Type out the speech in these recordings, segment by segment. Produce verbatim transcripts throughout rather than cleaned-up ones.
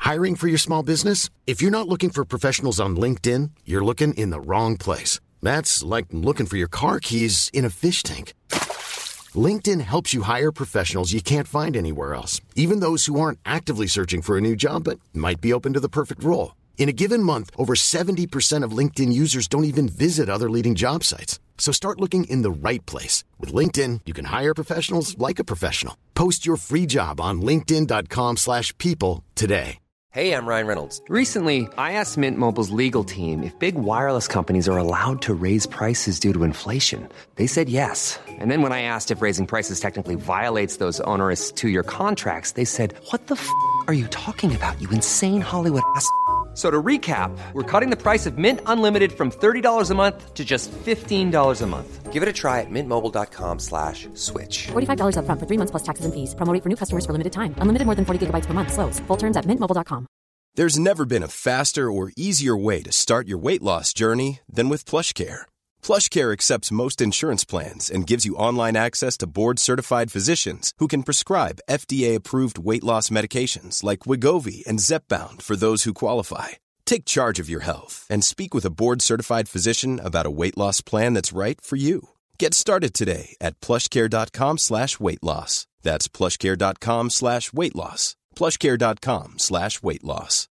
Hiring for your small business? If you're not looking for professionals on LinkedIn, you're looking in the wrong place. That's like looking for your car keys in a fish tank. LinkedIn helps you hire professionals you can't find anywhere else, even those who aren't actively searching for a new job but might be open to the perfect role. In a given month, over seventy percent of LinkedIn users don't even visit other leading job sites. So start looking in the right place. With LinkedIn, you can hire professionals like a professional. Post your free job on linkedin dot com slash people today. Hey, I'm Ryan Reynolds. Recently, I asked Mint Mobile's legal team if big wireless companies are allowed to raise prices due to inflation. They said yes. And then when I asked if raising prices technically violates those onerous two-year contracts, they said, what the f*** are you talking about, you insane Hollywood ass f- So to recap, we're cutting the price of Mint Unlimited from thirty dollars a month to just fifteen dollars a month. Give it a try at mintmobile.com slash switch. forty-five dollars up front for three months plus taxes and fees. Promo rate for new customers for limited time. Unlimited more than forty gigabytes per month. Slows full terms at mint mobile dot com. There's never been a faster or easier way to start your weight loss journey than with PlushCare. PlushCare accepts most insurance plans and gives you online access to board-certified physicians who can prescribe F D A-approved weight loss medications like Wegovy and Zepbound for those who qualify. Take charge of your health and speak with a board-certified physician about a weight loss plan that's right for you. Get started today at plushcare.com slash weight loss. That's plushcare.com slash weight loss. plushcare.com slash weight loss.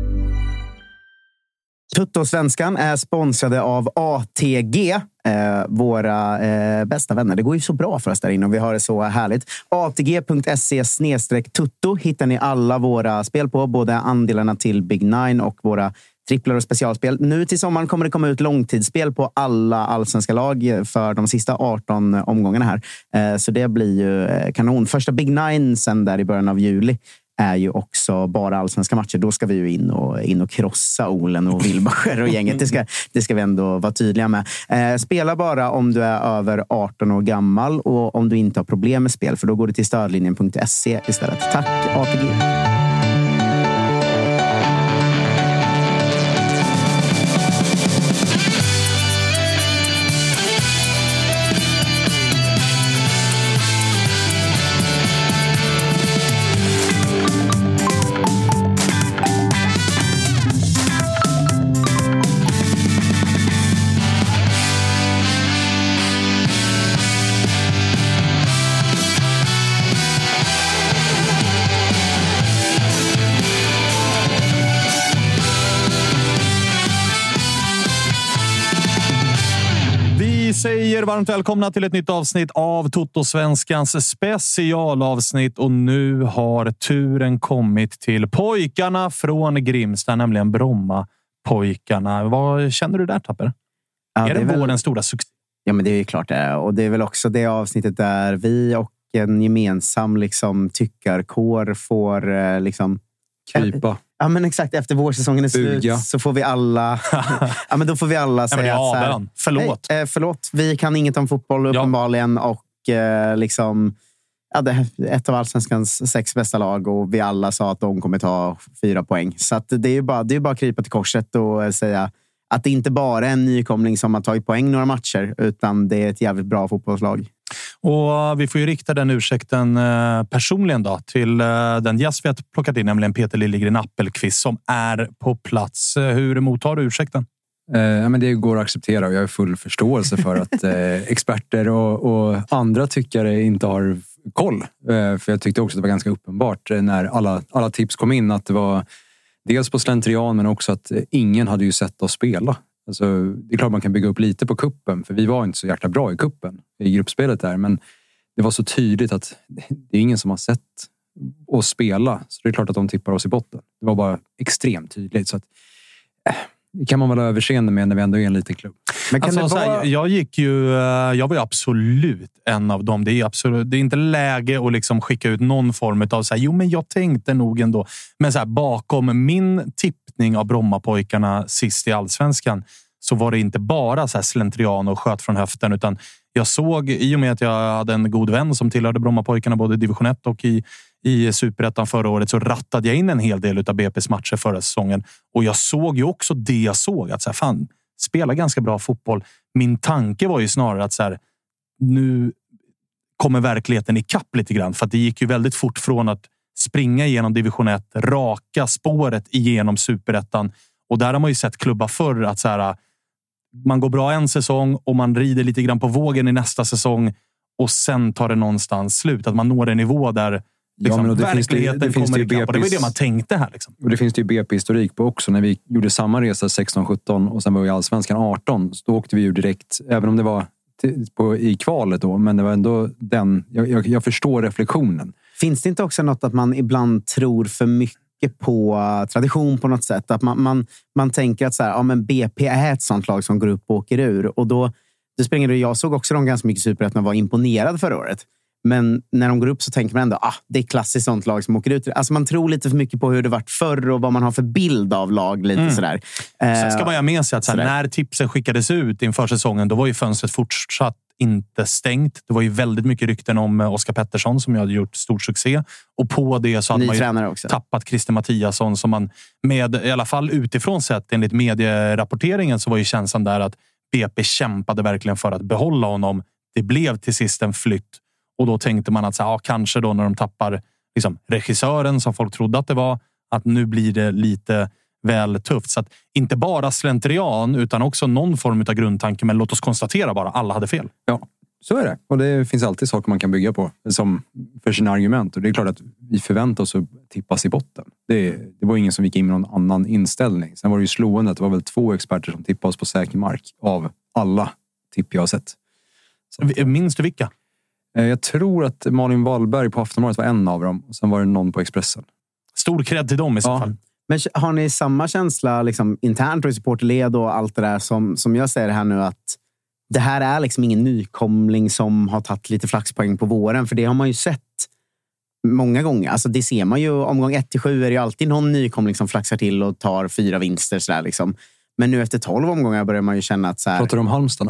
Tuttosvenskan är sponsrade av A T G, eh, våra eh, bästa vänner. Det går ju så bra för oss där inne och vi har det så härligt. A T G punkt se slash tutto hittar ni alla våra spel på, både andelarna till Big Nine och våra tripplar och specialspel. Nu till sommaren kommer det komma ut långtidsspel på alla allsvenska lag för de sista arton omgångarna här. Eh, så det blir ju kanon. Första Big Nine sen där i början av juli är ju också bara allsvenska matcher. Då ska vi ju in och, in och krossa Olen och Wilbacher och gänget. Det ska, det ska vi ändå vara tydliga med. Eh, spela bara om du är över arton år gammal och om du inte har problem med spel, för då går du till stödlinjen punkt se istället. Tack A T G. Säger varmt välkomna till ett nytt avsnitt av Tuttosvenskans specialavsnitt, och nu har turen kommit till pojkarna från Grimsta, nämligen Brommapojkarna. Vad känner du där, Tapper? Ja, är det, det är vårens väl... stora succé? Ja, men det är ju klart det är. Och det är väl också det avsnittet där vi och en gemensam liksom tyckarkår får liksom krypa. Ja, men exakt, efter vårsäsongen är slut Buga. Så får vi alla ja, men då får vi alla säga ja, så här, förlåt. Nej, eh, förlåt, vi kan inget om fotboll uppenbarligen, ja. Och eh, liksom ja, det är ett av allsvenskans sex bästa lag och vi alla sa att de kommer ta fyra poäng. Så att det är ju bara, det är bara att krypa till korset och säga att det inte bara är en nykomling som har tagit poäng några matcher, utan det är ett jävligt bra fotbollslag. Och vi får ju rikta den ursäkten eh, personligen då till eh, den gäst vi har plockat in, nämligen Peter Liljegren Appelqvist, som är på plats. Hur mottar du ursäkten? Eh, ja, men det går att acceptera och jag har full förståelse för att eh, experter och, och andra tyckare inte har koll. Eh, för jag tyckte också att det var ganska uppenbart när alla, alla tips kom in att det var dels på slentrian men också att ingen hade ju sett oss spela. Alltså, det är klart man kan bygga upp lite på kuppen, för vi var inte så jäkla bra i kuppen i gruppspelet där, men det var så tydligt att det är ingen som har sett oss spela, så det är klart att de tippar oss i botten. Det var bara extremt tydligt, så att eh, det kan man väl ha överseende med när vi ändå är en liten klubb. Men kan alltså, det vara... här, jag gick ju jag var ju absolut en av dem. Det är absolut det är inte läge att liksom skicka ut någon form av så här, jo men jag tänkte nog ändå, men så här, bakom min tippning av Brommapojkarna sist i allsvenskan så var det inte bara så här slentrian och sköt från höften, utan jag såg, i och med att jag hade en god vän som tillhörde Brommapojkarna både i division ett och i i Superettan förra året, så rattade jag in en hel del av B P:s matcher förra säsongen. Och jag såg ju också det jag såg. Att så här, fan, spela ganska bra fotboll. Min tanke var ju snarare att så här, nu kommer verkligheten i kapp lite grann. För att det gick ju väldigt fort från att springa igenom division ett, raka spåret igenom superettan. Och där har man ju sett klubbar förr att så här, man går bra en säsong och man rider lite grann på vågen i nästa säsong och sen tar det någonstans slut. Att man når en nivå där liksom, ja, men det verkligheten finns det, det finns kommer ikapp. B P S, och det var det man tänkte här. Liksom. Och det finns det ju B P-historik på också. När vi gjorde samma resa sexton sjutton och sen var vi i Allsvenskan arton, så då åkte vi ju direkt, även om det var på, i kvalet då, men det var ändå den, jag, jag, jag förstår reflektionen. Finns det inte också något att man ibland tror för mycket på tradition på något sätt? Att man, man, man tänker att så här, ja, men B P är ett sånt lag som går upp och åker ur. Och då, det springer det. Jag såg också de ganska mycket superettan och var imponerad förra året. Men när de går upp så tänker man ändå, ah, det är klassiskt sånt lag som åker ut. Alltså man tror lite för mycket på hur det varit förr och vad man har för bild av lag. Lite mm. sådär. Sen ska man ju ha med sig att så här, när tipsen skickades ut inför säsongen, då var ju fönstret fortsatt inte stängt. Det var ju väldigt mycket rykten om Oskar Pettersson som ju hade gjort stor succé. Och på det så hade Ny man ju också. tappat Christer Mattiasson som man med, i alla fall utifrån sett, enligt medierapporteringen så var ju känslan där att B P kämpade verkligen för att behålla honom. Det blev till sist en flytt. Och då tänkte man att så här, ja, kanske då när de tappar liksom, regissören som folk trodde att det var, att nu blir det lite väl tufft. Så att inte bara slentrian utan också någon form av grundtanke. Men låt oss konstatera bara, alla hade fel. Ja, så är det. Och det finns alltid saker man kan bygga på som för sina argument. Och det är klart att vi förväntar oss att tippas i botten. Det, det var ingen som gick in med någon annan inställning. Sen var det ju slående att det var väl två experter som tippade oss på säker mark av alla tipp jag har sett. Så. Minns du vilka? Jag tror att Malin Wallberg på Aftonbladet var en av dem. Och sen var det någon på Expressen. Stor cred till dem i så ja. fall. Men har ni samma känsla liksom, internt och i supporterled och allt det där som, som jag säger här nu, att det här är liksom ingen nykomling som har tagit lite flaxpoäng på våren? För det har man ju sett många gånger. Alltså det ser man ju, omgång ett till sju är det ju alltid någon nykomling som flaxar till och tar fyra vinster sådär liksom. Men nu efter tolv omgångar börjar man ju känna att så här... Pratar du om Halmstad?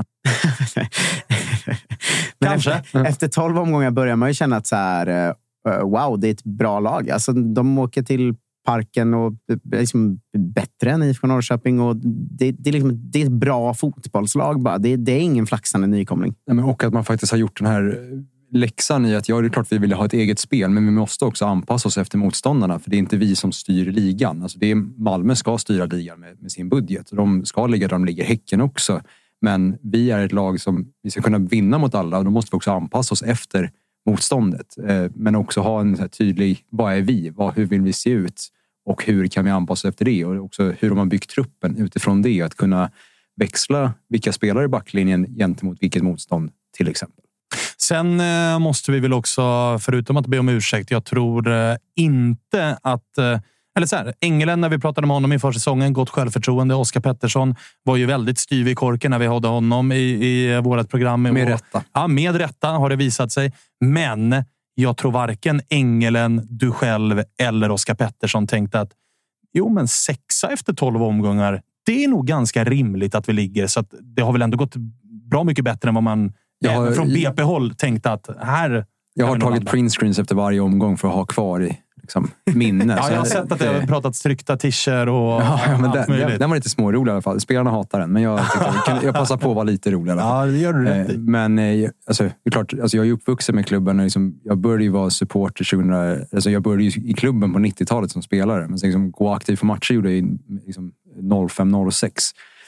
Men Kanske. Efter, efter tolv omgångar börjar man ju känna att så här, uh, wow, det är ett bra lag. Alltså de åker till Parken och liksom bättre än I F K Norrköping och det, det, är liksom, det är ett bra fotbollslag bara. Det, det är ingen flaxande nykomling. Ja, men och att man faktiskt har gjort den här läxan i att ja, det är klart vi vill ha ett eget spel, men vi måste också anpassa oss efter motståndarna, för det är inte vi som styr ligan. Alltså det är, Malmö ska styra ligan med, med sin budget. De ska ligga där de ligger, Häcken också. Men vi är ett lag som vi ska kunna vinna mot alla och då måste vi också anpassa oss efter motståndet. Eh, men också ha en så här tydlig, vad är vi? Vad, hur vill vi se ut? Och hur kan vi anpassa efter det? Och också hur de har byggt truppen utifrån det. Att kunna växla vilka spelare i backlinjen gentemot vilket motstånd till exempel. Sen eh, måste vi väl också, förutom att be om ursäkt, jag tror eh, inte att... Eh, eller så här, Engelen, när vi pratade med honom i försäsongen, gott självförtroende. Oskar Pettersson var ju väldigt styv i korken när vi hade honom i, i vårt program. Med och, rätta. Ja, med rätta har det visat sig. Men jag tror varken Engelen, du själv eller Oskar Pettersson tänkte att jo, men sexa efter tolv omgångar, det är nog ganska rimligt att vi ligger. Så att det har väl ändå gått bra mycket bättre än vad man har, från B P-håll tänkte att här... Jag har tagit printscreens efter varje omgång för att ha kvar i liksom, minne. Ja, jag har sett att det har pratat tryckta t-shirts och ja, ja, men allt den, möjligt. Den var lite smårolig i alla fall. Spelarna hatar den, men jag, jag, jag passar på att vara lite rolig i alla fall. Ja, det gör du rätt i. Men alltså, det är klart, alltså, jag är uppvuxen med klubben och liksom, jag började ju vara supporter tjugohundra, alltså, jag började ju i klubben på nittiotalet som spelare, men sen liksom, gå aktiv för matcher gjorde jag i liksom, noll fem noll sex.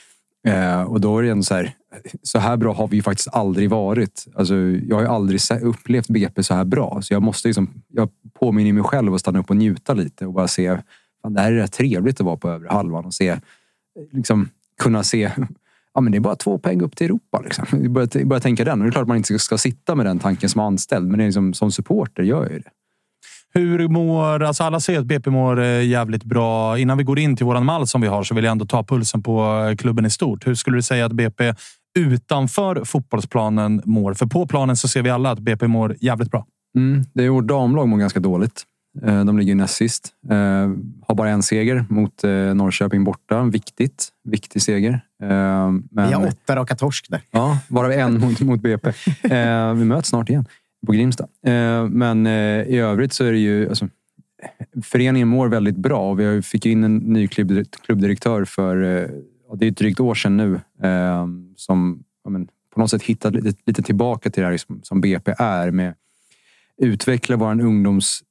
Eh, och då är det ändå så här, så här bra har vi ju faktiskt aldrig varit. Alltså, jag har ju aldrig upplevt B P så här bra. Så jag måste liksom, jag påminner mig själv att stanna upp och njuta lite och bara se, fan, det här är rätt trevligt att vara på övre halvan och se, liksom, kunna se, ja men det är bara två poäng upp till Europa liksom. Börja, börja tänka den. Och det är klart att man inte ska sitta med den tanken som anställd, men det är liksom, som supporter gör jag ju det. Hur mår, alltså alla säger att B P mår jävligt bra. Innan vi går in till våran mall som vi har så vill jag ändå ta pulsen på klubben i stort. Hur skulle du säga att B P utanför fotbollsplanen mår? För på planen så ser vi alla att B P mår jävligt bra. Mm, det är vårt damlag mår ganska dåligt. De ligger näst sist. Har bara en seger mot Norrköping borta. Viktigt. Viktig seger. Men... Vi har åtta raka torsk där. Ja, bara en mot, mot B P. Vi möts snart igen på Grimsta. Men i övrigt så är det ju... Alltså, föreningen mår väldigt bra. Vi fick in en ny klubb, klubbdirektör för... Det är ett drygt år sedan nu. Som ja, men, på något sätt hittade lite, lite tillbaka till det här som, som B P är. Med utveckla vår ungdoms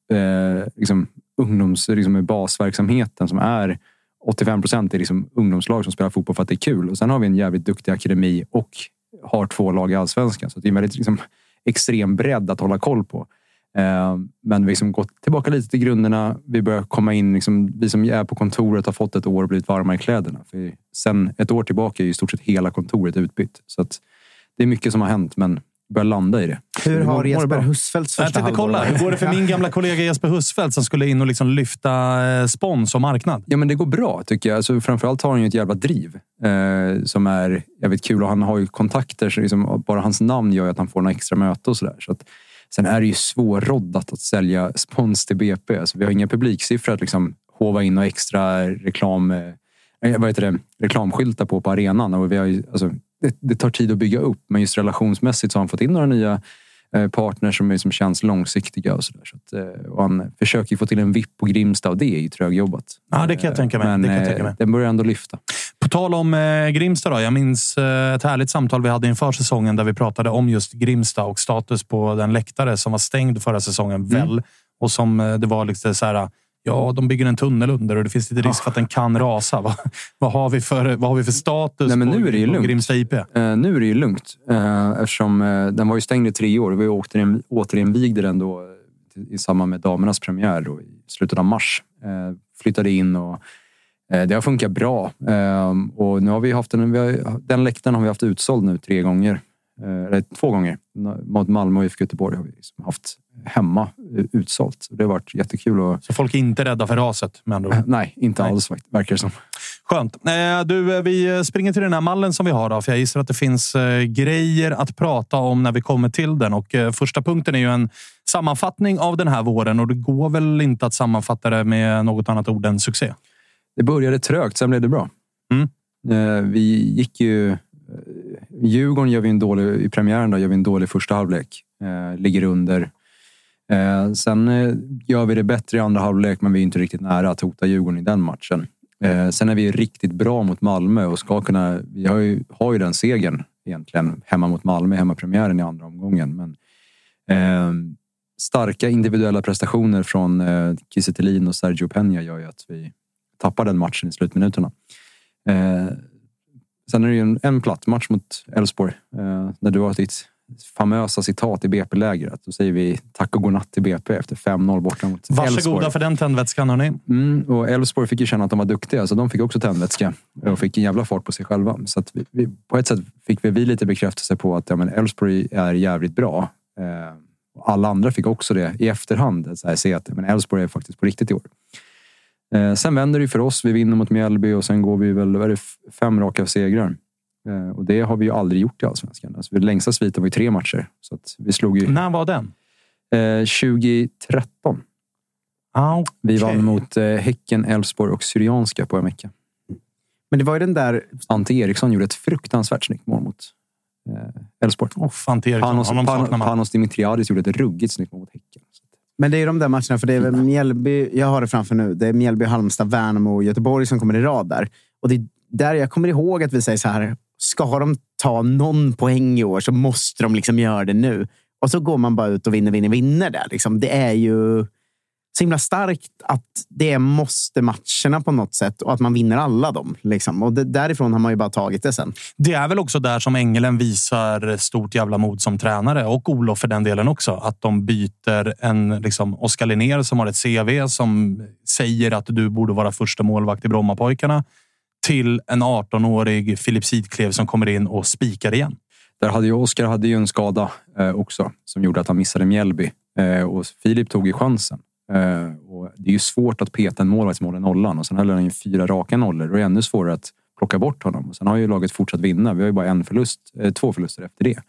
eh, liksom, ungdoms, liksom, basverksamheten som är åttiofem procent är liksom ungdomslag som spelar fotboll för att det är kul. Och sen har vi en jävligt duktig akademi och har två lag i Allsvenskan. Så det är en väldigt liksom, extrem bredd att hålla koll på. Eh, men vi liksom gått tillbaka lite till grunderna. Vi börjar komma in, liksom, vi som är på kontoret har fått ett år och blivit varma i kläderna. För sen ett år tillbaka är ju i stort sett hela kontoret utbytt. Så att det är mycket som har hänt, men börjar landa i det. Hur har Jesper Husfeldts första halvår? Kolla, hur går det för min gamla kollega Jesper Husfeldt som skulle in och liksom lyfta eh, spons och marknad? Ja, men det går bra tycker jag. Alltså, framförallt har han ju ett jävla driv eh, som är jävligt kul. Och han har ju kontakter, så liksom, bara hans namn gör att han får några extra möte och sådär. Så att, sen är det ju svårroddat att sälja spons till B P. Alltså, vi har inga publiksiffror att liksom hova in och extra reklam, eh, vad heter det, reklamskyltar på på arenan. Och vi har ju, alltså, det, det tar tid att bygga upp, men just relationsmässigt så har han fått in några nya eh, partners som, är, som känns långsiktiga och sådär. Så att, eh, och han försöker få till en V I P på Grimsta och det är ju trögjobbat. Ja, det kan jag tänka mig. Men det kan jag tänka mig. Eh, den börjar ändå lyfta. På tal om eh, Grimsta då. Jag minns eh, ett härligt samtal vi hade inför säsongen där vi pratade om just Grimsta och status på den läktare som var stängd förra säsongen mm. väl. Och som eh, det var liksom så här, ja, de bygger en tunnel under och det finns lite risk för att den kan rasa. vad, vad, har vi för, vad har vi för status? Nej, men nu på, är det ju lugnt. Grimsta I P? Uh, nu är det ju lugnt. Uh, eftersom uh, den var ju stängd i tre år. Vi återigen, återinvigde den då i samband med damernas premiär och i slutet av mars. Uh, flyttade in och uh, det har funkat bra. Uh, och nu har vi haft en, vi har, den läktaren har vi haft utsåld nu tre gånger. Uh, eller två gånger. Mot Malmö och I F K Göteborg har vi liksom haft hemma utsålt. Det har varit jättekul. Och... Så folk är inte rädda för raset med andra ord? Nej, inte Nej. alls verkar det som. Skönt. Du, vi springer till den här mallen som vi har då, för jag gissar att det finns grejer att prata om när vi kommer till den. Och första punkten är ju en sammanfattning av den här våren och det går väl inte att sammanfatta det med något annat ord än succé? Det började trögt, sen blev det bra. Mm. Vi gick ju... Djurgården gör vi en dålig... I premiären då gör vi en dålig första halvlek. Ligger under... Eh, sen eh, gör vi det bättre i andra halvlek, men vi är inte riktigt nära att hota Djurgården i den matchen. Eh, sen är vi riktigt bra mot Malmö och ska kunna, vi har ju, har ju den segern egentligen hemma mot Malmö, hemma premiären i andra omgången. Men eh, starka individuella prestationer från eh, Kiese Thelin och Sergio Peña gör ju att vi tappar den matchen i slutminuterna. Eh, sen är det ju en, en platt match mot Elfsborg eh, där du har ditt famösa citat i B P-lägret. Då säger vi tack och godnatt till B P efter fem noll borta mot Elfsborg. Varsågoda för den tändvätskan, hörni. Mm, och Elfsborg fick ju känna att de var duktiga, så de fick också tändvätska och fick en jävla fart på sig själva. Så att vi, vi, på ett sätt fick vi, vi lite bekräftelse på att ja, men Elfsborg är jävligt bra. Eh, alla andra fick också det i efterhand. Så här, se att men Elfsborg är faktiskt på riktigt i år. Eh, sen vänder det för oss. Vi vinner mot Mjällby och sen går vi väl är det fem raka segrar. Och det har vi ju aldrig gjort i Allsvenskan. Alltså, det längsta sviten var ju tre matcher. Så att vi slog ju... När var den? Eh, tjugohundratretton. Ah, okay. Vi vann mot eh, Häcken, Elfsborg och Syrianska på en vecka. Men det var ju den där... Ante Eriksson gjorde ett fruktansvärt snyggt mål mot eh, Elfsborg. Oh, Ante Eriksson. Panos, Pan, Panos Dimitriadis gjorde ett ruggigt snyggt mål mot Häcken. Men det är ju de där matcherna, för det är väl Mjällby... Jag har det framför nu. Det är Mjällby, Halmstad, Värnamo och Göteborg som kommer i rad där. Och det är där jag kommer ihåg att vi säger så här... Ska de ta någon poäng i år så måste de liksom göra det nu. Och så går man bara ut och vinner, vinner, vinner där. Liksom. Det är ju så himla starkt att det måste matcherna på något sätt och att man vinner alla dem. Liksom. Och det, därifrån har man ju bara tagit det sen. Det är väl också där som Engelen visar stort jävla mod som tränare och Olof för den delen också. Att de byter en liksom, Oskar Linnér som har ett C V som säger att du borde vara första målvakt i Brommapojkarna till en arton-årig Filip Sidklev som kommer in och spikar igen. Där hade ju Oskar hade ju en skada eh, också som gjorde att han missade Mjällby. Eh, och Filip tog ju chansen. Eh, och det är ju svårt att peta en målvaktsmål i nollan. Och sen höll han ju fyra raka nollor. Och det är ännu svårare att plocka bort honom. Och sen har ju laget fortsatt vinna. Vi har ju bara en förlust, eh, två förluster efter det.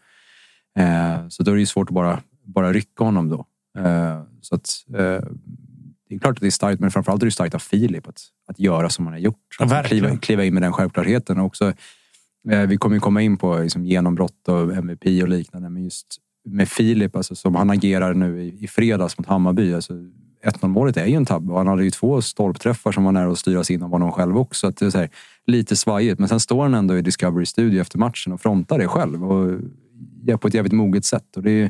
Eh, så då är det ju svårt att bara, bara rycka honom då. Eh, så att... Eh, det är klart att det är starkt, men framförallt är det starkt av Filip att, att göra som man har gjort. Att kliva, kliva in med den självklarheten. Och också, eh, vi kommer ju komma in på liksom, genombrott och M V P och liknande. Men just med Filip, alltså, som han agerar nu i, i fredags mot Hammarby. Alltså, ett noll-målet är ju en tabb. Och han hade ju två stolpträffar som var nära att styras in av honom själv också. Att det är så här, lite svajigt. Men sen står han ändå i Discovery Studio efter matchen och frontar det själv. Och på ett jävligt moget sätt. Och det är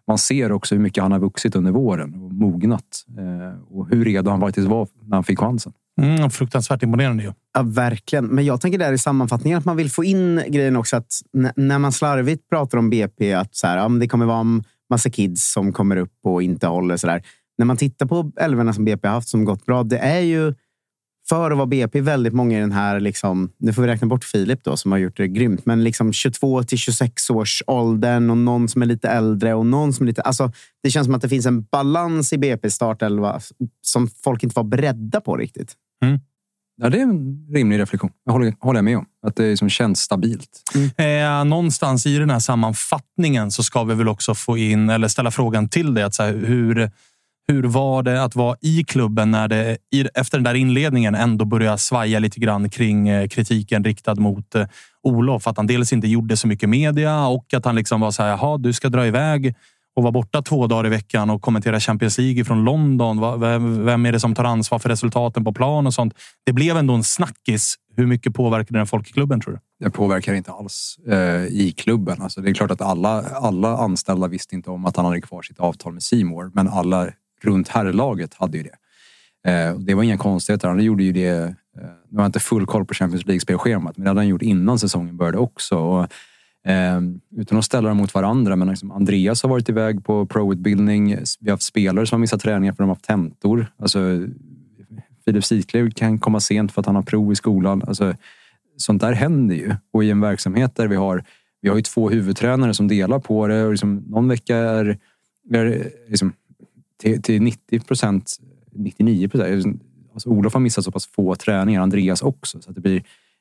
man ser också hur mycket han har vuxit under våren och mognat. Eh, och hur redo han faktiskt var när han fick chansen. Mm, fruktansvärt imponerande ju. Ja, verkligen. Men jag tänker där i sammanfattningen att man vill få in grejen också att n- när man slarvigt pratar om B P att så här, ja, men det kommer vara en massa kids som kommer upp och inte håller så där. När man tittar på elvorna som B P har haft som gått bra, det är ju för att vara B P väldigt många i den här liksom, nu får vi räkna bort Filip då som har gjort det grymt, men liksom tjugotvå till tjugosex års åldern och någon som är lite äldre och någon som är lite, alltså det känns som att det finns en balans i B P startelva som folk inte var beredda på riktigt. Mm. Ja, det är en rimlig reflektion. Jag håller, håller med om. Att det liksom känns stabilt. Mm. Eh, någonstans i den här sammanfattningen så ska vi väl också få in, eller ställa frågan till dig, att så här, hur, hur var det att vara i klubben när det i, efter den där inledningen ändå började svaja lite grann kring eh, kritiken riktad mot eh, Olof. Att han dels inte gjorde så mycket media och att han liksom var så här, jaha, du ska dra iväg och vara borta två dagar i veckan och kommentera Champions League från London. Vem är det som tar ansvar för resultaten på plan och sånt? Det blev ändå en snackis. Hur mycket påverkade den folk i klubben, tror du? Det påverkar inte alls eh, i klubben. Alltså, det är klart att alla, alla anställda visste inte om att han hade kvar sitt avtal med C More. Men alla runt herrlaget hade ju det. Eh, det var inga konstigheter. Han gjorde ju det... Eh, nu har jag inte full koll på Champions League-spelschemat. Men det hade han gjort innan säsongen började också. Och, Eh, utan att ställa dem mot varandra, men liksom Andreas har varit iväg på pro-utbildning. Vi har haft spelare som har missat träningar för de har haft tentor. Alltså, Filip Siklev kan komma sent för att han har prov i skolan. Alltså, sånt där händer ju. Och i en verksamhet där vi har vi har ju två huvudtränare som delar på det. Och liksom, någon vecka är, är liksom, till, till nittio procent, nittionio procent. Alltså, Olof har missat så pass få träningar, Andreas också. Så att det blir...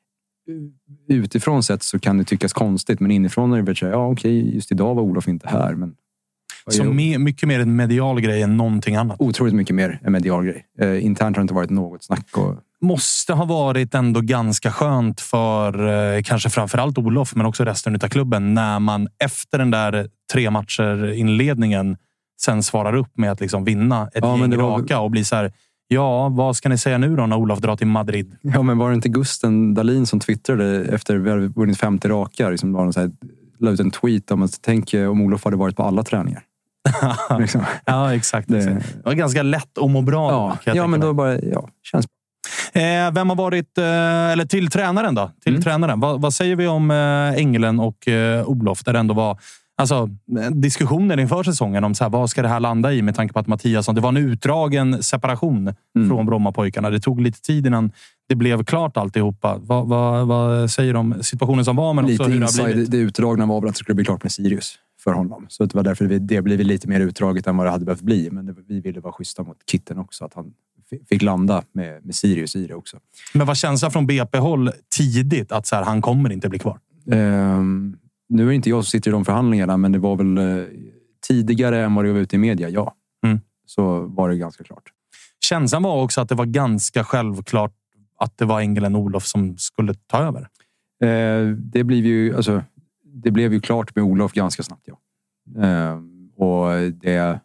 Utifrån sett så kan det tyckas konstigt, men inifrån är det väl så här, ja okej, just idag var Olof inte här, men så me- mycket mer en medial grej än någonting annat. Otroligt mycket mer en medial grej. Eh, internt har det inte varit något snack. Och... Måste ha varit ändå ganska skönt för eh, kanske framförallt Olof, men också resten av klubben, när man efter den där tre matcher inledningen sen svarar upp med att liksom vinna ett ja, gäng var... raka och blir så här, ja, vad ska ni säga nu då när Olof drar till Madrid? Ja, men var det inte Gusten Dahlin som twittrade efter vi hade vunnit femtio raka, liksom var så här, la ut en tweet om att tänk om Olof hade varit på alla träningar. liksom. Ja, exakt. Det... det var ganska lätt att må bra. Ja, då, ja men då bara, ja, känns eh, Vem har varit, eh, eller till tränaren då? Till mm. tränaren. Va, vad säger vi om eh, Engelen och eh, Olof, där det ändå var alltså, diskussioner inför säsongen om så här, vad ska det här landa i med tanke på att Mattiasson, det var en utdragen separation mm. från Brommapojkarna. Det tog lite tid innan det blev klart alltihopa. Vad, vad, vad säger de om situationen som var, men lite också hur det har blivit? Det utdragna var väl att det skulle bli klart med Sirius för honom. Så det var därför det, det blev lite mer utdraget än vad det hade behövt bli. Men det, vi ville vara schyssta mot Kitten också, att han fick landa med, med Sirius i det också. Men vad känslan från B P-håll tidigt att så här, han kommer inte bli kvar? Um, Nu är det inte jag som sitter i de förhandlingarna, men det var väl eh, tidigare än vad det var ute i media, ja. Mm. Så var det ganska klart. Känslan var också att det var ganska självklart att det var Engelen Olof som skulle ta över. Eh, det, blev ju, alltså, det blev ju klart med Olof ganska snabbt, ja. Eh, och det,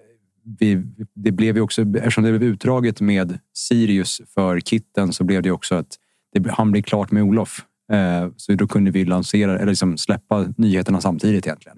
vi, det blev ju också, eftersom det blev utdraget med Sirius för Kitten, så blev det också att det, han blev klart med Olof. Så då kunde vi lansera eller liksom släppa nyheterna samtidigt egentligen.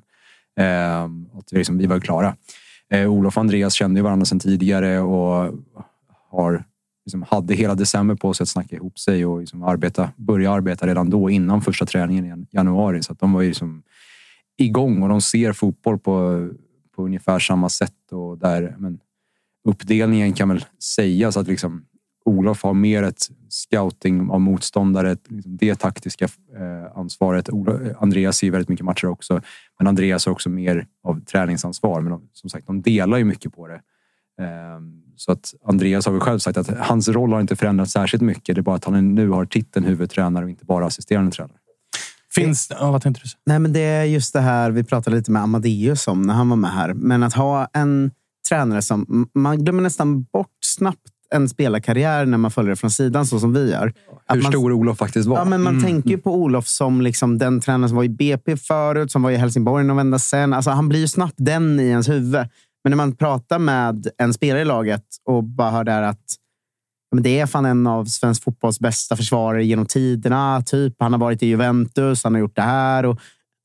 Att vi, liksom, vi var klara. Olof och Andreas kände ju varandra sedan tidigare och har, liksom, hade hela december på sig att snacka ihop sig och liksom arbeta, börja arbeta redan då innan första träningen i januari. Så att de var ju liksom igång och de ser fotboll på, på ungefär samma sätt. Och där, men uppdelningen kan väl sägas att liksom Olof har mer ett scouting av motståndare, det taktiska eh, ansvaret. Olof, Andreas ser väldigt mycket matcher också, men Andreas har också mer av träningsansvar. Men de, som sagt, de delar ju mycket på det. Eh, så att Andreas har väl själv sagt att hans roll har inte förändrats särskilt mycket. Det är bara att han nu har titeln huvudtränare och inte bara assisterande tränare. Finns det? Ja, vad tänkte du säga? Nej, men det är just det här vi pratade lite med Amadeus om när han var med här. Men att ha en tränare som man glömmer nästan bort snabbt en spelarkarriär när man följer det från sidan så som vi gör. Hur man, stor Olof faktiskt var. Ja, men man mm. tänker ju på Olof som liksom den tränaren som var i B P förut, som var i Helsingborg och vända sen. Alltså han blir ju snabbt den i ens huvud. Men när man pratar med en spelare i laget och bara hör där att men det är fan en av svensk fotbolls bästa försvarare genom tiderna. Typ. Han har varit i Juventus, han har gjort det här. Och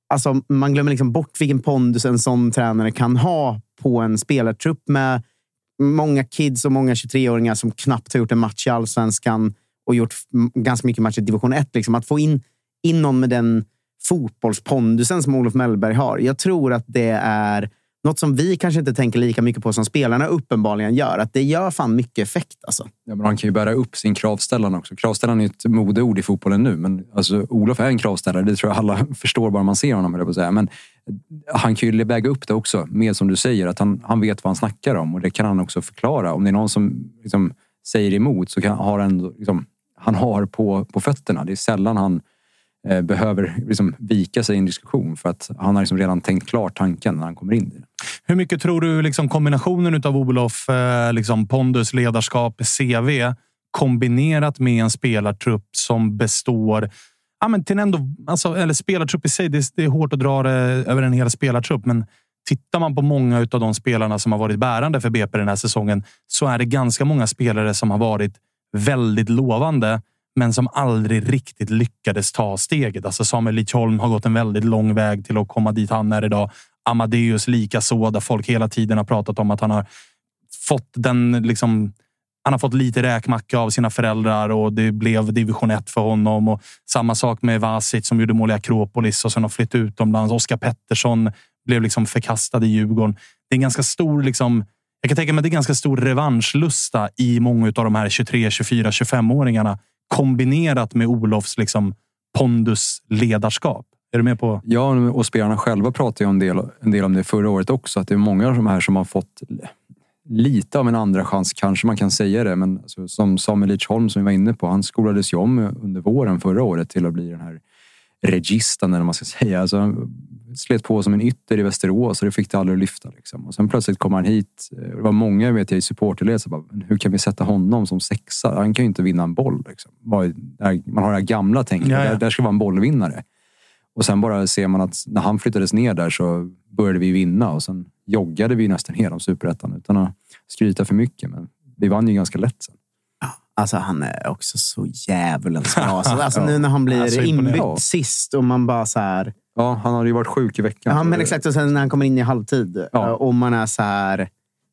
alltså, man glömmer liksom bort vilken pondus en sån tränare kan ha på en spelartrupp med många kids och många tjugotre-åringar som knappt har gjort en match i Allsvenskan och gjort ganska mycket matcher i division ett. Liksom. Att få in, in någon med den fotbollspondusen som Olof Mellberg har. Jag tror att det är något som vi kanske inte tänker lika mycket på som spelarna uppenbarligen gör. Att det gör fan mycket effekt. Alltså. Ja, men han kan ju bära upp sin kravställare också. Kravställaren är ett modeord i fotbollen nu. Men alltså, Olof är en kravställare. Det tror jag alla förstår bara man ser honom. Eller på att säga. Men han kan ju väga upp det också. Med som du säger. Att han, han vet vad han snackar om. Och det kan han också förklara. Om det är någon som liksom, säger emot så kan, har han, liksom, han har på, på fötterna. Det är sällan han eh, behöver liksom, vika sig i en diskussion. För att han har liksom redan tänkt klart tanken när han kommer in i det. Hur mycket tror du liksom kombinationen utav Olof, eh, liksom pondus, ledarskap, C V kombinerat med en spelartrupp som består, ja men till ändå, alltså, eller spelartrupp i sig, det, det är hårt att dra det över en hel spelartrupp, men tittar man på många utav de spelarna som har varit bärande för B P den här säsongen så är det ganska många spelare som har varit väldigt lovande men som aldrig riktigt lyckades ta steget. Alltså Samuel Lidsholm har gått en väldigt lång väg till att komma dit han är idag. Amadeus lika så, där folk hela tiden har pratat om att han har fått den liksom, han har fått lite räkmacka av sina föräldrar och det blev division ett för honom, och samma sak med Vasic som gjorde mål i Akropolis och sen har flyttat utomlands. Oskar Pettersson blev liksom förkastad i Djurgården. Det är en ganska stor liksom, jag kan tänka mig att det är ganska stor revanschlusta i många av de här tjugotre, tjugofyra, tjugofem-åringarna kombinerat med Olofs liksom pondus ledarskap. Är du med på? Ja, och spelarna själva pratade ju en del, en del om det förra året också. Att det är många av de här som har fått lite av en andra chans, kanske man kan säga det. Men alltså, som Samuel Lidsholm som vi var inne på, han skolades ju om under våren förra året till att bli den här registen, eller man ska säga. Alltså, han slet på som en ytter i Västerås och det fick det aldrig att lyfta. Liksom. Och sen plötsligt kom han hit. Det var många, vet jag, i supporterled som bara, hur kan vi sätta honom som sexa? Han kan ju inte vinna en boll. Liksom. Man har det här gamla tänket. Ja, ja. Där, där ska vara en bollvinnare. Och sen bara ser man att när han flyttades ner där så började vi vinna. Och sen joggade vi nästan hela Superettan utan att skryta för mycket. Men vi vann ju ganska lätt sen. Alltså han är också så jävlens bra. Alltså, alltså nu när han blir alltså, inbytt ja. sist och man bara så här... Ja, han hade ju varit sjuk i veckan. Ja, men exakt. Och sen när han kommer in i halvtid ja. och man är så här...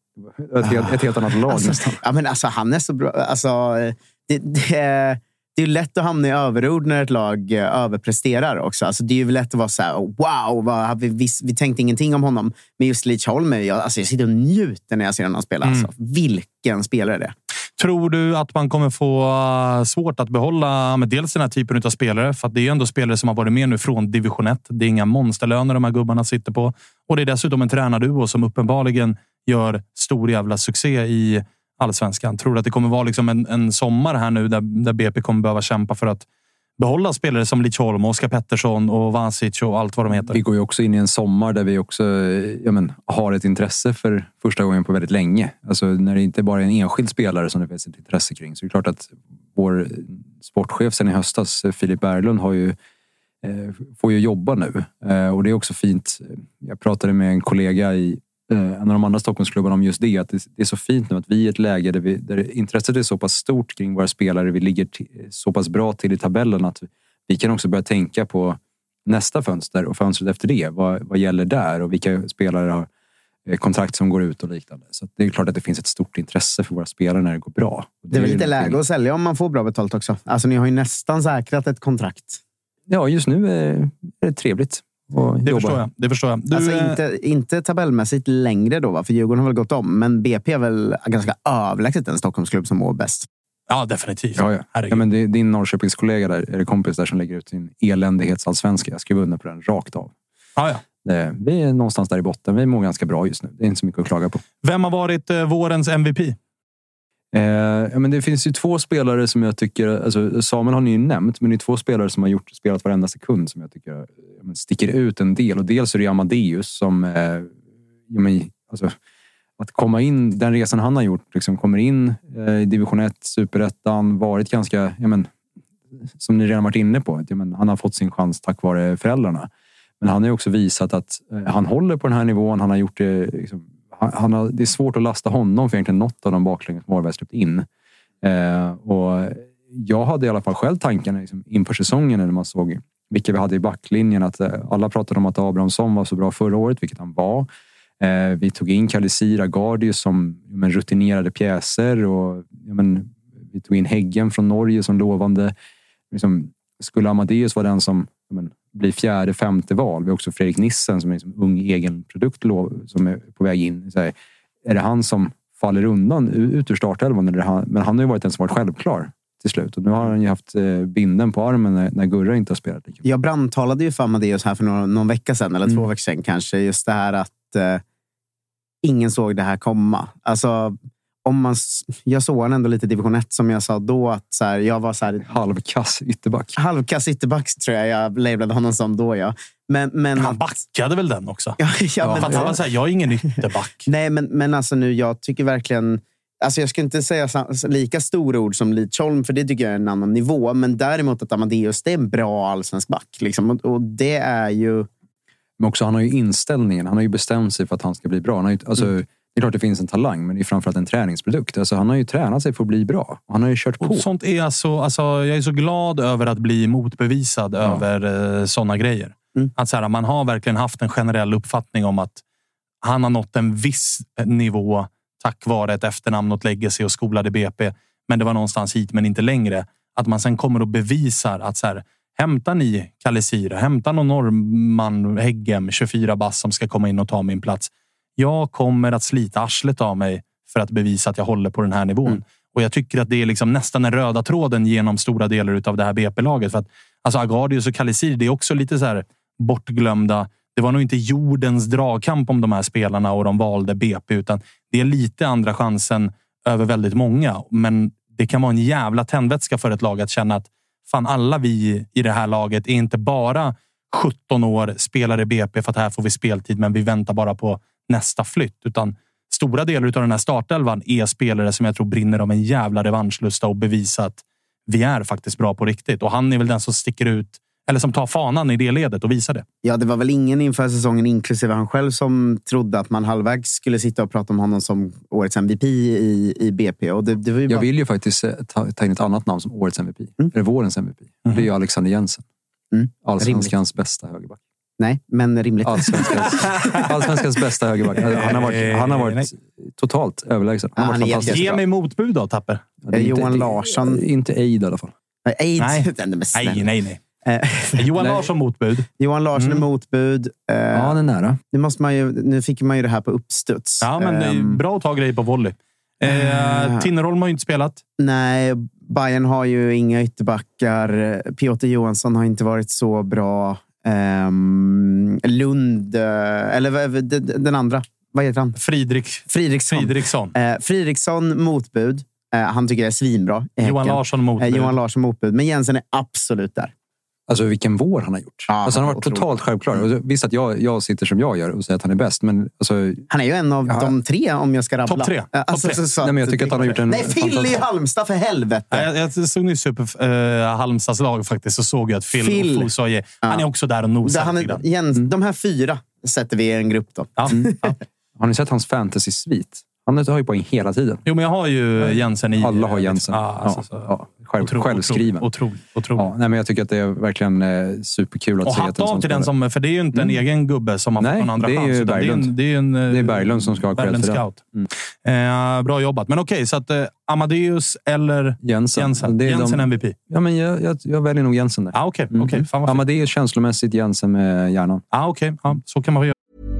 Ett helt, ett helt annat lag alltså, nästan. Ja, men alltså han är så bra. Alltså, det, det, det är ju lätt att hamna i överord när ett lag överpresterar också. Alltså, det är ju lätt att vara så här, wow, vad, vi, vi, vi tänkte ingenting om honom. Men just Lidsholm, jag, alltså, jag sitter och njuter när jag ser honom spela. Mm. Alltså. Vilken spelare det är. Tror du att man kommer få svårt att behålla med dels den här typen av spelare? För att det är ju ändå spelare som har varit med nu från division ett. Det är inga monsterlöner de här gubbarna sitter på. Och det är dessutom en tränarduo som uppenbarligen gör stor jävla succé i Allsvenskan. Tror du att det kommer vara liksom en, en sommar här nu där, där B P kommer behöva kämpa för att behålla spelare som Lidsholm, Oskar Pettersson och Vasic och allt vad de heter? Vi går ju också in i en sommar där vi också ja men, har ett intresse för första gången på väldigt länge. Alltså när det inte bara är en enskild spelare som det finns ett intresse kring. Så det är klart att vår sportchef sen i höstas, Filip Berglund, har ju, eh, får ju jobba nu. Eh, och det är också fint. Jag pratade med en kollega i en av de andra Stockholmsklubbarna om just det, att det är så fint nu att vi är i ett läge där, vi, där intresset är så pass stort kring våra spelare, vi ligger t- så pass bra till i tabellen att vi kan också börja tänka på nästa fönster och fönstret efter det, vad, vad gäller där och vilka spelare har kontrakt som går ut och liknande. Så det är klart att det finns ett stort intresse för våra spelare när det går bra. Det, det är väl lite läge att sälja om man får bra betalt också. Alltså ni har ju nästan säkrat ett kontrakt. Ja, just nu är det trevligt. Det förstår jag. Det förstår jag. Du, alltså inte, inte tabellmässigt längre då, va? För Djurgården har väl gått om. Men B P är väl ganska överlägset en Stockholmsklubb som mår bäst. Ja, definitivt. Ja, ja. ja men det, din Norrköpingskollega där, är det kompis där som lägger ut sin eländighetsallsvenska. Jag skriver under på den rakt av. Ja, ja. Det, vi är någonstans där i botten. Vi mår ganska bra just nu. Det är inte så mycket att klaga på. Vem har varit eh, vårens M V P? Eh, ja, men det finns ju två spelare som jag tycker, alltså Samuel har ni ju nämnt, men det är två spelare som har gjort, spelat varenda sekund som jag tycker ja, men sticker ut en del. Och dels är det Amadeus som eh, ja, men, alltså, att komma in, den resan han har gjort, liksom kommer in eh, i division ett, Superettan, varit ganska, ja, men, som ni redan varit inne på, att, ja, men, han har fått sin chans tack vare föräldrarna. Men han har ju också visat att eh, han håller på den här nivån, han har gjort det liksom, Han har, det är svårt att lasta honom för egentligen något av de baklängesmål vi har släppt in. Eh, och jag hade i alla fall själv tankarna liksom, inför säsongen när man såg vilka vi hade i backlinjen. Att alla pratade om att Abrahamsson var så bra förra året, vilket han var. Eh, vi tog in Kalisir, Agardius som men, rutinerade pjäser och ja, men, vi tog in Häggen från Norge som lovande. Liksom, skulle Amadeus vara den som ja, men, blir fjärde, femte val. Vi har också Fredrik Nissen som är liksom, ung egen produkt som är på väg in. Så här, är det han som faller undan ut ur startelvan? Eller han, men han har ju varit den som varit självklar till slut. Och nu har han ju haft eh, binden på armen när, när Gurra inte har spelat. Jag brandtalade ju för Amadeus här för någon, någon vecka sedan, eller mm. två veckor sedan kanske. Just det här att eh, ingen såg det här komma. Alltså, om man, jag såg han ändå lite division ett som jag sa då. Att så här, jag var så här, halvkass ytterback. Halvkass ytterback tror jag jag labelade honom som då, ja. Men, men han backade väl den också? Ja, ja, ja, men, för att han var så här, jag är ingen ytterback. Nej, men, men alltså nu, jag tycker verkligen... Alltså jag ska inte säga lika stora ord som Lidsholm, för det tycker jag är en annan nivå. Men däremot att Amadeus, det är en bra allsvensk back. Liksom. Och, och det är ju... Men också, han har ju inställningen. Han har ju bestämt sig för att han ska bli bra. Han har ju, alltså, mm. Det är klart det finns en talang, men det är framförallt en träningsprodukt. Alltså, han har ju tränat sig för att bli bra. Han har ju kört på. Och sånt är alltså, alltså, jag är så glad över att bli motbevisad ja. över eh, såna grejer. Mm. Att så här, man har verkligen haft en generell uppfattning om att han har nått en viss nivå tack vare ett efternamn och legacy och skolade B P. Men det var någonstans hit men inte längre. Att man sen kommer och bevisar att så här, hämtar ni Kalisira, hämtar någon norrman Häggem, tjugofyra bass som ska komma in och ta min plats. Jag kommer att slita arslet av mig för att bevisa att jag håller på den här nivån. Mm. Och jag tycker att det är liksom nästan den röda tråden genom stora delar av det här B P-laget. För att alltså Agardius och Kalisir, det är också lite så här bortglömda. Det var nog inte jordens dragkamp om de här spelarna och de valde B P, utan det är lite andra chansen över väldigt många. Men det kan vara en jävla tändvätska för ett lag att känna att fan, alla vi i det här laget är inte bara sjutton år, spelar i B P för att här får vi speltid, men vi väntar bara på nästa flytt. Utan stora delar av den här startelvan är spelare som jag tror brinner av en jävla revanschlusta och bevisa att vi är faktiskt bra på riktigt. Och han är väl den som sticker ut, eller som tar fanan i det ledet och visar det. Ja, det var väl ingen inför säsongen, inklusive han själv, som trodde att man halvvägs skulle sitta och prata om honom som årets M V P i, i B P. Och det, det var ju bara... Jag vill ju faktiskt ta, ta in ett annat namn som årets M V P. Mm. Eller vårens M V P. Mm. Det är ju Alexander Jensen. Mm. Allsvenskans bästa högerback. Nej, men rimligt. Allsvenskans, allsvenskans bästa högerback. Han har varit, han har varit totalt överlägsen. Han har ja, varit han Ge mig motbud då, Tapper. Ja, Johan inte, Larsson. Inte Eid i alla fall. Eid. Nej, nej, nej. nej. Johan Larsson motbud. Johan Larsson mm. är motbud. Ja, det är nära. Nu, måste man ju, nu fick man ju det här på uppstuds. Ja, men det är bra att ta grejer på volley. Eh, Tinnerholm har ju inte spelat. Nej, Bayern har ju inga ytterbackar. Piotr Johansson har inte varit så bra. Um, Lund, eller den andra, vad heter han? Fridrik. Fridriksson. Fridriksson. Uh, Fridriksson motbud. Uh, han tycker det är svinbra. Johan Larsson motbud. Uh, Johan Larsson motbud. Men Jensen är absolut där. Alltså vilken vår han har gjort. Ja, alltså, han har varit otroligt. Totalt självklar. Mm. Visst att jag, jag sitter som jag gör och säger att han är bäst. Men alltså, han är ju en av ja. de tre, om jag ska rabbla. Topp tre. Alltså, Top tre. Så, Nej, men jag tycker att han har gjort en... Nej, Phil i Halmstad, för helvete. Jag, jag såg nyss upp uh, Halmstads lag faktiskt och såg ju att Phil, Phil. och Fosoje, ja. han är också där och nosar. Han är, Jens, mm. De här fyra sätter vi i en grupp då. Ja. Mm. Ja. Har ni sett hans fantasy-svit? Han har ju poäng hela tiden. Jo, men jag har ju Jensen i... Alla har Jensen. Ja, alltså, ja, ja. Själv, otro, självskriven. Otroligt. Otroligt. Ja, nej, men jag tycker att det är verkligen eh, superkul att och se. Och hatt av till den som... För det är ju inte en mm. egen gubbe som har fått någon andra det chans. Är det, är en, det är en... Det är Berglund som ska ha cred för scout. Mm. Eh, bra jobbat. Men okej, okay, så att eh, Amadeus eller Jensen. Jensen, Jensen de, M V P. Ja, men jag, jag, jag väljer nog Jensen där. Ah, okej. Okay, okay. mm. Amadeus känslomässigt, Jensen med hjärnan. Ah, okej. Okay. Ah, så kan man göra.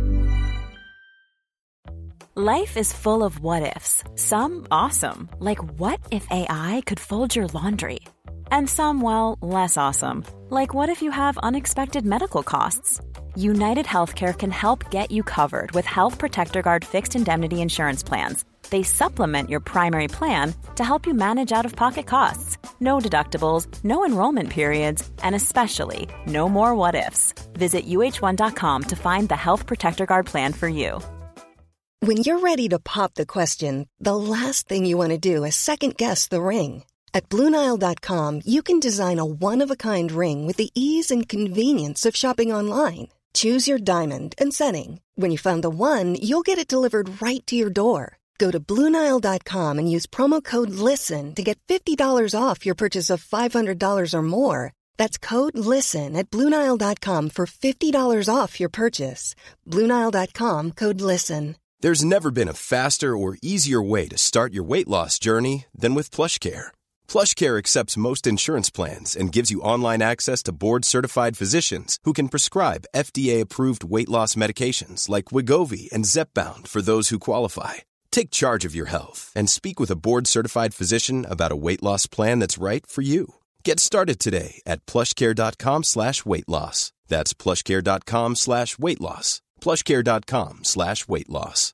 Life is full of what-ifs. Some awesome, like what if A I could fold your laundry? And some, well, less awesome, like what if you have unexpected medical costs? United Healthcare can help get you covered with Health Protector Guard fixed indemnity insurance plans. They supplement your primary plan to help you manage out-of-pocket costs. No deductibles, no enrollment periods, and especially no more what-ifs. Visit U H one dot com to find the Health Protector Guard plan for you. When you're ready to pop the question, the last thing you want to do is second-guess the ring. At Blue Nile dot com, you can design a one-of-a-kind ring with the ease and convenience of shopping online. Choose your diamond and setting. When you find the one, you'll get it delivered right to your door. Go to Blue Nile dot com and use promo code LISTEN to get fifty dollars off your purchase of five hundred dollars or more. That's code LISTEN at Blue Nile dot com for fifty dollars off your purchase. Blue Nile dot com, code LISTEN. There's never been a faster or easier way to start your weight loss journey than with PlushCare. PlushCare accepts most insurance plans and gives you online access to board-certified physicians who can prescribe F D A-approved weight loss medications like Wegovy and Zepbound for those who qualify. Take charge of your health and speak with a board-certified physician about a weight loss plan that's right for you. Get started today at plushcare.com slash weight loss. That's plushcare.com slash weight loss. plushcare.com slash weight loss.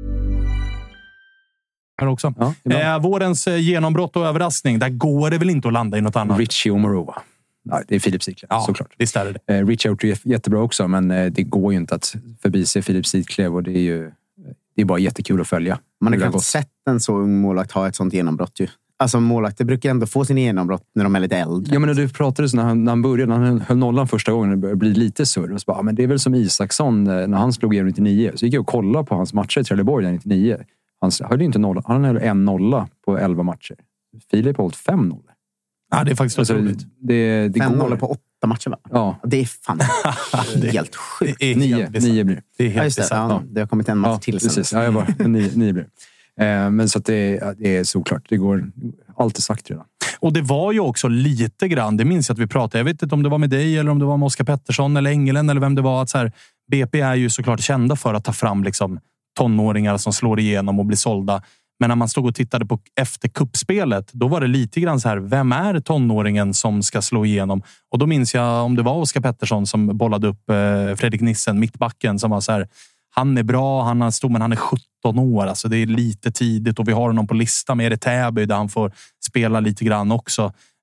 Här också. Ja, eh, vårens eh, genombrott och överraskning. Där går det väl inte att landa i något annat. Richie Omorova. Ja, det är Filip Sidklev, ja, såklart. Visst är det. Eh, Richie har gjort det jättebra också, men eh, det går ju inte att förbise Filip Sidklev och det är ju det är bara jättekul att följa. Man har kanske sett en så ung målvakt ha ett sånt genombrott ju. Alltså målvakter brukar ändå få sin genombrott när de är lite äldre. Ja, men när du pratade så när han, när han började, när han höll nollan första gången, det började bli lite surr. Och så bara, men det är väl som Isaksson när han slog igenom nittionio. Så gick jag och kollade på hans matcher i Trelleborg nittionio. Han höll inte nolla. Han höll en nolla på elva matcher. Filip har hållit fem nollor. Ja, det är faktiskt alltså, otroligt. Det, det fem går. nollor på åtta matcher, va? Ja. Det är fan det är helt sjukt. Det är nio, nio blir det. är helt ja, just det. Ja, det har kommit en match ja, till precis. Ja, jag bara, nio, nio blir eh, Men så att det, det är såklart. Det går alltid sagt redan. Och det var ju också lite grann, det minns jag att vi pratade, jag vet inte om det var med dig eller om det var med Oskar Pettersson eller Engelen eller vem det var, att så här, B P är ju såklart kända för att ta fram liksom tonåringar som slår igenom och blir sålda. Men när man stod och tittade på efter kuppspelet, då var det lite grann så här, vem är tonåringen som ska slå igenom? Och då minns jag om det var Oskar Pettersson som bollade upp eh, Fredrik Nissen, mittbacken, som var så här, han är bra, han har stor, men han är sjutton år, alltså det är lite tidigt och vi har honom på lista med Erik Täby där han får spela lite grann också.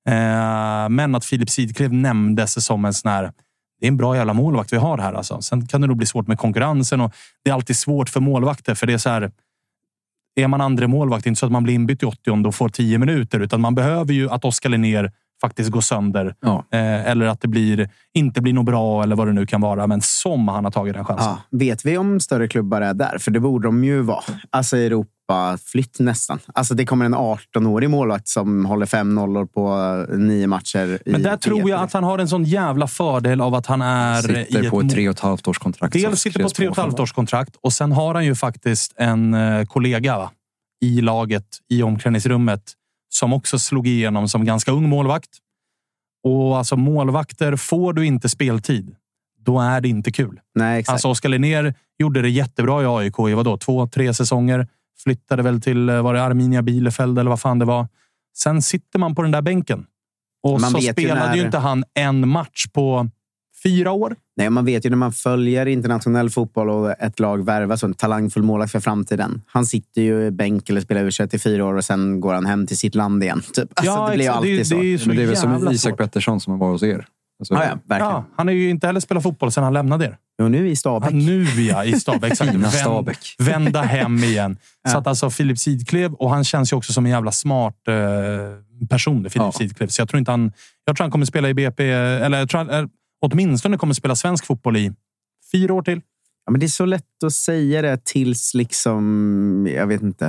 Eh, men att Filip Sidklev nämndes som en sån här, det är en bra jävla målvakt vi har här alltså. Sen kan det nog bli svårt med konkurrensen och det är alltid svårt för målvakter, för det är så här, är man andra målvakt, inte så att man blir inbytt i åttio och får tio minuter, utan man behöver ju att Oskar Linnér faktiskt går sönder. Ja. Eh, eller att det blir, inte blir något bra eller vad det nu kan vara, men som han har tagit den chansen. Ja, vet vi om större klubbar är där? För det borde de ju vara. Alltså Europa flytt nästan. Alltså det kommer en arton-årig målvakt som håller fem nollor på nio matcher. Men där i tror P P. jag att han har en sån jävla fördel av att han är sitter i på ett ett tre och ett halvt års kontrakt. Dels sitter på ett tre och ett halvt års kontrakt och sen har han ju faktiskt en eh, kollega, va? I laget, i omklädningsrummet, som också slog igenom som ganska ung målvakt. Och alltså målvakter, får du inte speltid, då är det inte kul. Nej, exakt. Alltså Oskar Linnér gjorde det jättebra i A I K i vadå, två, tre säsonger. Flyttade väl till, var det Arminia Bielefeld eller vad fan det var. Sen sitter man på den där bänken. Och man så spelade ju, när... ju inte han en match på fyra år. Nej, man vet ju när man följer internationell fotboll och ett lag värvar så en talangfull målvakt för framtiden. Han sitter ju i bänk eller spelar över trettiofyra år och sen går han hem till sitt land igen. Typ. Alltså, ja, det blir ju alltid det, så. Det är, så men det är väl som Isak svårt. Pettersson som var hos er. Alltså, ja, ja, verkligen. Ja, han har ju inte heller spelat fotboll sen han lämnade er. Jo, nu i Stabäck. Ja, nu ja, i Stabäck. Fina Stabäck. Vända hem igen. Ja. Så att alltså Filip Sidklev, och han känns ju också som en jävla smart eh, person, Filip ja. Sidklev. Så jag tror inte han, jag tror han kommer spela i B P, eller jag tror han, åtminstone kommer spela svensk fotboll i fyra år till. Ja, men det är så lätt att säga det tills liksom, jag vet inte,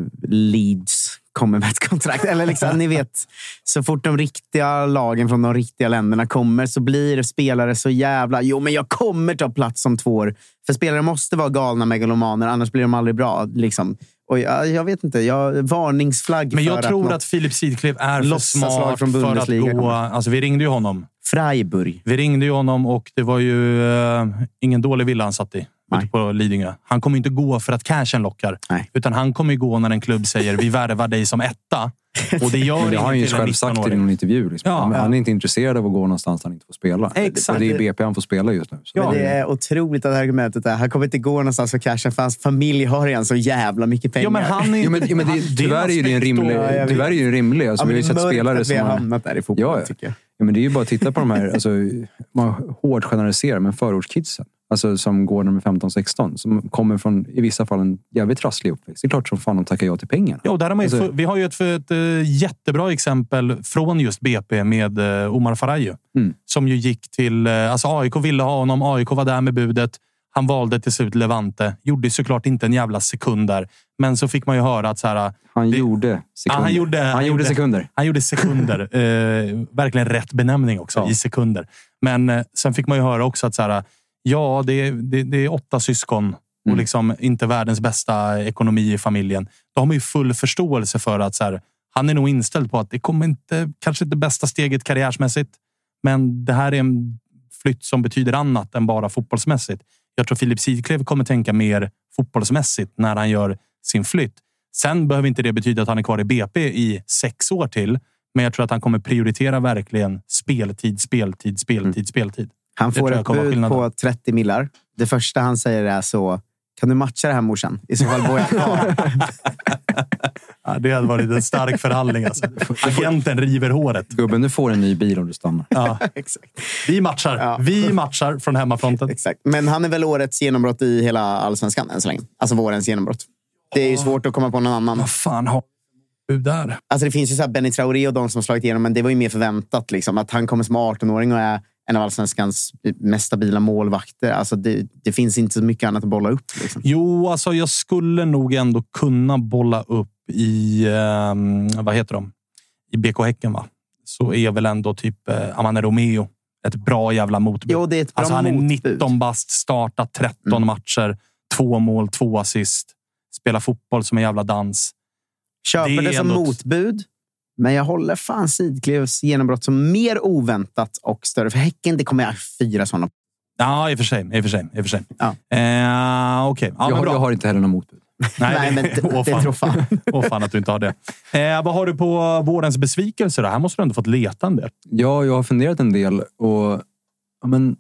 Leeds kommer med ett kontrakt. Eller liksom, ni vet, så fort de riktiga lagen från de riktiga länderna kommer så blir spelare så jävla, jo men jag kommer ta plats som två år. För spelare måste vara galna megalomaner, annars blir de aldrig bra. Liksom. Och jag, jag vet inte, jag varningsflagg. Men jag för tror att, att Filip Sidklev är för smart från för att gå. kommer. Alltså vi ringde ju honom. Freiburg. Vi ringde ju honom och det var ju uh, ingen dålig villa han satt i. Ute på Lidingö. Han kommer inte gå för att cashen lockar. Nej. Utan han kommer ju gå när en klubb säger vi värvar dig som etta. Och det gör det har han ju själv sagt i någon intervju. Liksom. Ja, han, ja. han är inte intresserad av att gå någonstans han inte får spela. Exakt. Och det är B P han får spela just nu. Så. Ja. Men det är otroligt att argumentet är han kommer inte gå någonstans för cashen för hans familj har redan så jävla mycket pengar. Ja, men han är, jo, men, jo, men det, tyvärr är det en rimlig... Ja, tyvärr är det en rimlig. Alltså, ja, vi har ju sett spelare att vi som har hamnat där i fotboll, ja, tycker jag. Ja, men det är ju bara att titta på de här... Alltså, man hårt generaliserar, men förortskidsen. Alltså som går nummer femton sexton. Som kommer från, i vissa fall, en jävligt trasslig uppväxt. Det är klart som fan de tackar ja till pengarna. Ja, där har man alltså, ett, vi har ju ett, ett, ett jättebra exempel från just B P med Omar Faraj. Mm. Som ju gick till... Alltså A I K ville ha honom. A I K var där med budet. Han valde till slut Levante. Gjorde såklart inte en jävla sekund där. Men så fick man ju höra att så här... Han det, gjorde sekunder. Ja, han, gjorde, han, han gjorde sekunder. Han gjorde sekunder. eh, verkligen rätt benämning också, ja. I sekunder. Men eh, sen fick man ju höra också att så här, ja, det, det, det är åtta syskon. Mm. Och liksom inte världens bästa ekonomi i familjen. Då har man ju full förståelse för att så här, han är nog inställd på att det kommer inte, kanske inte bästa steget karriärsmässigt. Men det här är en flytt som betyder annat än bara fotbollsmässigt. Jag tror Filip Sidklev kommer tänka mer fotbollsmässigt när han gör sin flytt. Sen behöver inte det betyda att han är kvar i B P i sex år till. Men jag tror att han kommer prioritera verkligen speltid, speltid, speltid, mm. speltid. Han får ett bud på trettio millar. Det första han säger är så: kan du matcha det här, morsan? I så fall bor jag kvar. Ja, det hade varit en stark förhandling. Alltså. Agenten river håret. Gubben, du får en ny bil om du stannar. Ja. Exakt. Vi matchar. Ja. Vi matchar från hemmafronten. Exakt. Men han är väl årets genombrott i hela allsvenskan än så länge. Alltså vårens genombrott. Det är ju svårt att komma på någon annan. Vad fan har du där? Alltså det finns ju så här Benny Traoré och de som har slagit igenom, men det var ju mer förväntat liksom. Att han kommer som arton-åring och är en av allsvenskans mest stabila målvakter. Alltså det, det finns inte så mycket annat att bolla upp. Liksom. Jo, alltså jag skulle nog ändå kunna bolla upp i, eh, vad heter de? I B K Häcken, va? Så är väl ändå typ eh, Amane Romeo ett bra jävla motbud. Jo, det är ett bra alltså han är motbud. nitton bast, startat tretton mm. matcher, två mål, två assist, spelar fotboll som en jävla dans. Köper det, det som ändå motbud. Men jag håller fan Sidklevs genombrott som mer oväntat och större. För Häcken, det kommer jag fyra sådana. Ja, i och för sig. I och för sig, i och för sig. Ja. Eh, Okej. Okay. Ja, jag, jag har inte heller någon motbud. Nej, Nej men det, åh, det tror fan. Åh fan att du inte har det. Eh, vad har du på vårens besvikelse då? Här måste du ändå fått leta en del. Ja, jag har funderat en del. Och ja, men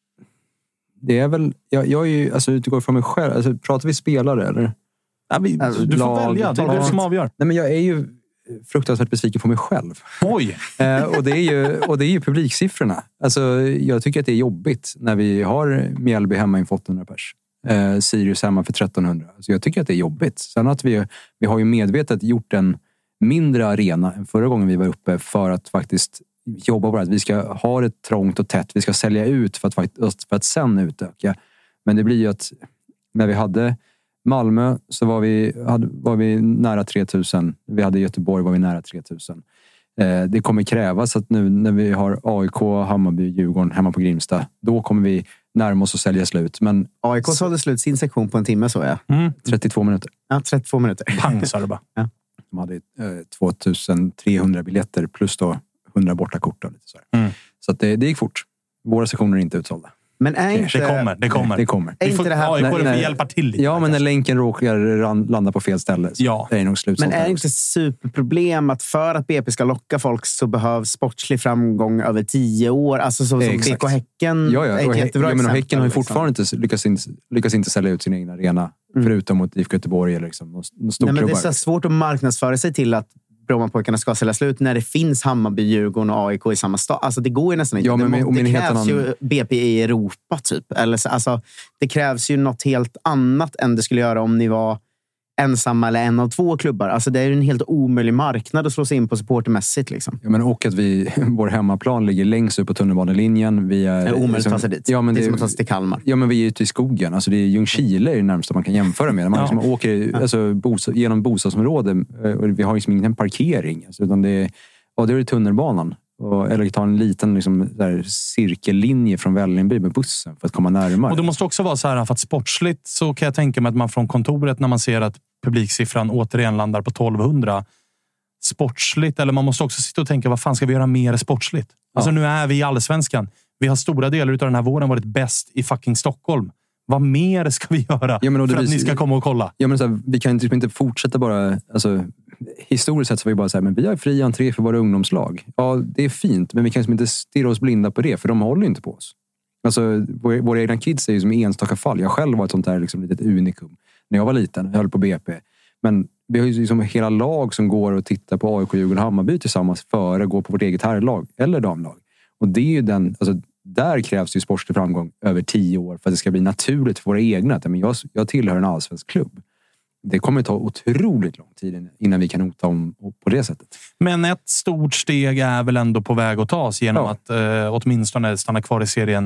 det är väl... Jag, jag är ju... Alltså, utgår från mig själv. Alltså, pratar vi spelare, eller? Ja, vi, alltså, du lag, får välja. Det är du som avgör. Nej, men jag är ju fruktansvärt besviken på mig själv. Oj! eh, och, det är ju, och det är ju publiksiffrorna. Alltså, jag tycker att det är jobbigt när vi har Mjällby hemma inför åttahundra pers. Eh, Sirius hemma för trettonhundra. Så jag tycker att det är jobbigt. Sen att vi, vi har ju medvetet gjort en mindre arena än förra gången vi var uppe för att faktiskt jobba på det. Att vi ska ha det trångt och tätt. Vi ska sälja ut för att, för att sen utöka. Men det blir ju att när vi hade Malmö så var vi, hade, var vi nära tre tusen. Vi hade Göteborg var vi nära tre tusen. Eh, det kommer krävas att nu när vi har A I K, Hammarby, Djurgården hemma på Grimsta, då kommer vi närma oss och sälja slut. Men A I K sålde slut sin sektion på en timme, så jag. Mm. trettiotvå minuter. Ja, trettiotvå minuter. Pang, sa det bara. Ja. De hade eh, tvåtusentrehundra biljetter plus då hundra bortakort. Och lite så mm. så att det, det gick fort. Våra sektioner är inte utsålda. Men är inte... Det kommer, det kommer. Det kommer. Är inte det här... A I K får hjälpa till lite. Ja, men när länken råkar landa på fel ställe så ja. är det nog slut. Men är det inte ett superproblem att för att B P ska locka folk så behövs sportslig framgång över tio år? Alltså så som B K Häcken ja, ja. är ett jättebra ja, men exempel. Häcken har ju fortfarande liksom. inte lyckats, inte lyckats inte sälja ut sin egen arena mm. förutom mot I F K Göteborg eller liksom någon stor Nej, men klubbar. det är så svårt att marknadsföra sig till att Brommapojkarna ska sälja slut när det finns Hammarby, Djurgården och A I K i samma stad. Alltså det går ju nästan inte. Ja, men, det, det, det krävs annan... ju B P i Europa typ. Eller så, alltså, det krävs ju något helt annat än det skulle göra om ni var ensamma eller en av två klubbar. Alltså det är ju en helt omöjlig marknad att slå sig in på supportermässigt. Liksom. Ja, men och att vi, vår hemmaplan ligger längst upp på tunnelbanelinjen. Vi är, det är omöjligt liksom, att ta sig dit. Ja, men det är det, som att ta sig till Kalmar. Ja, men vi är ute i skogen. Alltså det är Ljungskile är det närmsta man kan jämföra med. Man liksom ja. åker alltså, bos, genom bostadsområden och vi har liksom ingen parkering. Alltså, utan det är, ja, det är tunnelbanan. Och, eller ta en liten liksom, där, cirkellinje från Vällingby med bussen för att komma närmare. Och det måste också vara så här, för att sportsligt så kan jag tänka mig att man från kontoret när man ser att publiksiffran återigen landar på tolvhundra sportsligt, eller man måste också sitta och tänka vad fan ska vi göra mer sportsligt? Ja. Alltså nu är vi i allsvenskan. Vi har stora delar av den här våren varit bäst i fucking Stockholm. Vad mer ska vi göra ja, för att vi, ni ska komma och kolla? Ja, men så här, vi kan typ inte fortsätta bara... Alltså, historiskt sett så var vi bara så här, men vi har fri entré för våra ungdomslag. Ja, det är fint, men vi kan liksom inte stirra oss blinda på det, för de håller inte på oss. Alltså, våra, våra egna kids är ju som enstaka fall. Jag själv var ett sånt där liksom, litet unikum. När jag var liten, jag höll på B P. Men vi har ju liksom hela lag som går och tittar på A I K, Djurgården och Hammarby tillsammans före går på vårt eget herrlag eller damlag. Och det är ju den... Alltså, där krävs ju sportslig framgång över tio år för att det ska bli naturligt för våra egna. Men jag, jag tillhör en allsvensk klubb. Det kommer ta otroligt lång tid innan vi kan hota om på det sättet. Men ett stort steg är väl ändå på väg att tas genom ja. att eh, åtminstone stanna kvar i serien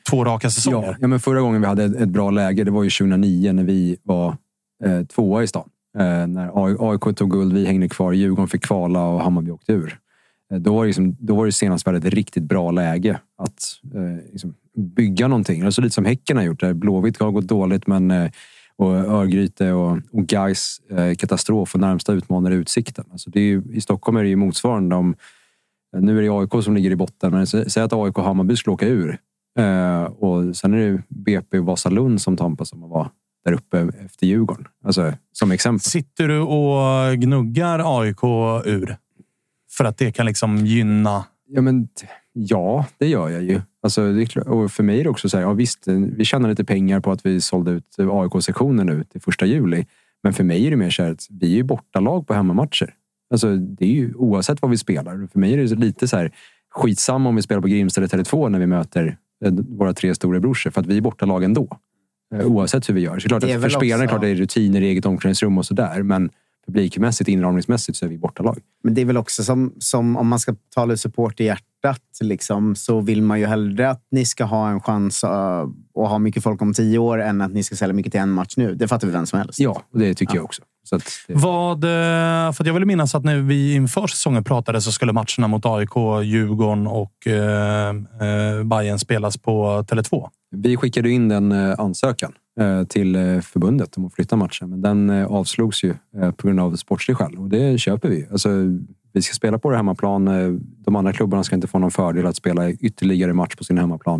två raka säsonger. Ja, ja, men förra gången vi hade ett, ett bra läge, det var ju tjugohundranio när vi var eh, tvåa i stan. Eh, när A I K tog guld, vi hängde kvar, Djurgården fick kvala och Hammarby åkte ur. Eh, då, var det liksom, då var det senast väldigt ett riktigt bra läge att eh, liksom bygga någonting. Alltså lite som Häcken har gjort. Där Blåvitt har gått dåligt, men eh, och Örgryte och, och Gais eh, katastrof och närmsta utmanare Utsikten. Alltså det är ju, i Stockholm är det ju motsvarande. Om, nu är det A I K som ligger i botten, men säg att A I K och Hammarby skulle åka ur. Eh, och sen är det B P och Vasalund som tampas som att vara där uppe efter Djurgården. Alltså, som exempel. Sitter du och gnuggar A I K ur? För att det kan liksom gynna... Ja, men, ja det gör jag ju. Alltså, det är klart, och för mig är det också så här, ja visst, vi tjänar lite pengar på att vi sålde ut A I K-sektionen nu till första juli. Men för mig är det mer så här att vi är ju bortalag på hemmamatcher. Alltså, det är ju oavsett vad vi spelar. För mig är det lite så här skitsamma om vi spelar på Grimstad eller Tele två när vi möter våra tre stora brorsor, för att vi är bortalag ändå. Oavsett hur vi gör. Så klart att för spelarna är klart det är rutiner, eget omklädningsrum och sådär, men publikmässigt, inramningsmässigt så är vi bortalag. Men det är väl också som, som om man ska tala ur support i hjärtat liksom, så vill man ju hellre att ni ska ha en chans uh, att ha mycket folk om tio år än att ni ska sälja mycket till en match nu. Det fattar vi vem som helst. Ja, och det tycker ja. jag också. Så att det... Vad, för jag vill minnas att när vi inför säsongen pratade så skulle matcherna mot A I K, Djurgården och eh, eh, Bayern spelas på Tele två. Vi skickade in den eh, ansökan eh, till eh, förbundet om att flytta matchen, men den eh, avslogs ju eh, på grund av sportslig skäl, och det köper vi. Alltså, vi ska spela på det hemmaplan. Eh, de andra klubbarna ska inte få någon fördel att spela ytterligare match på sin hemmaplan.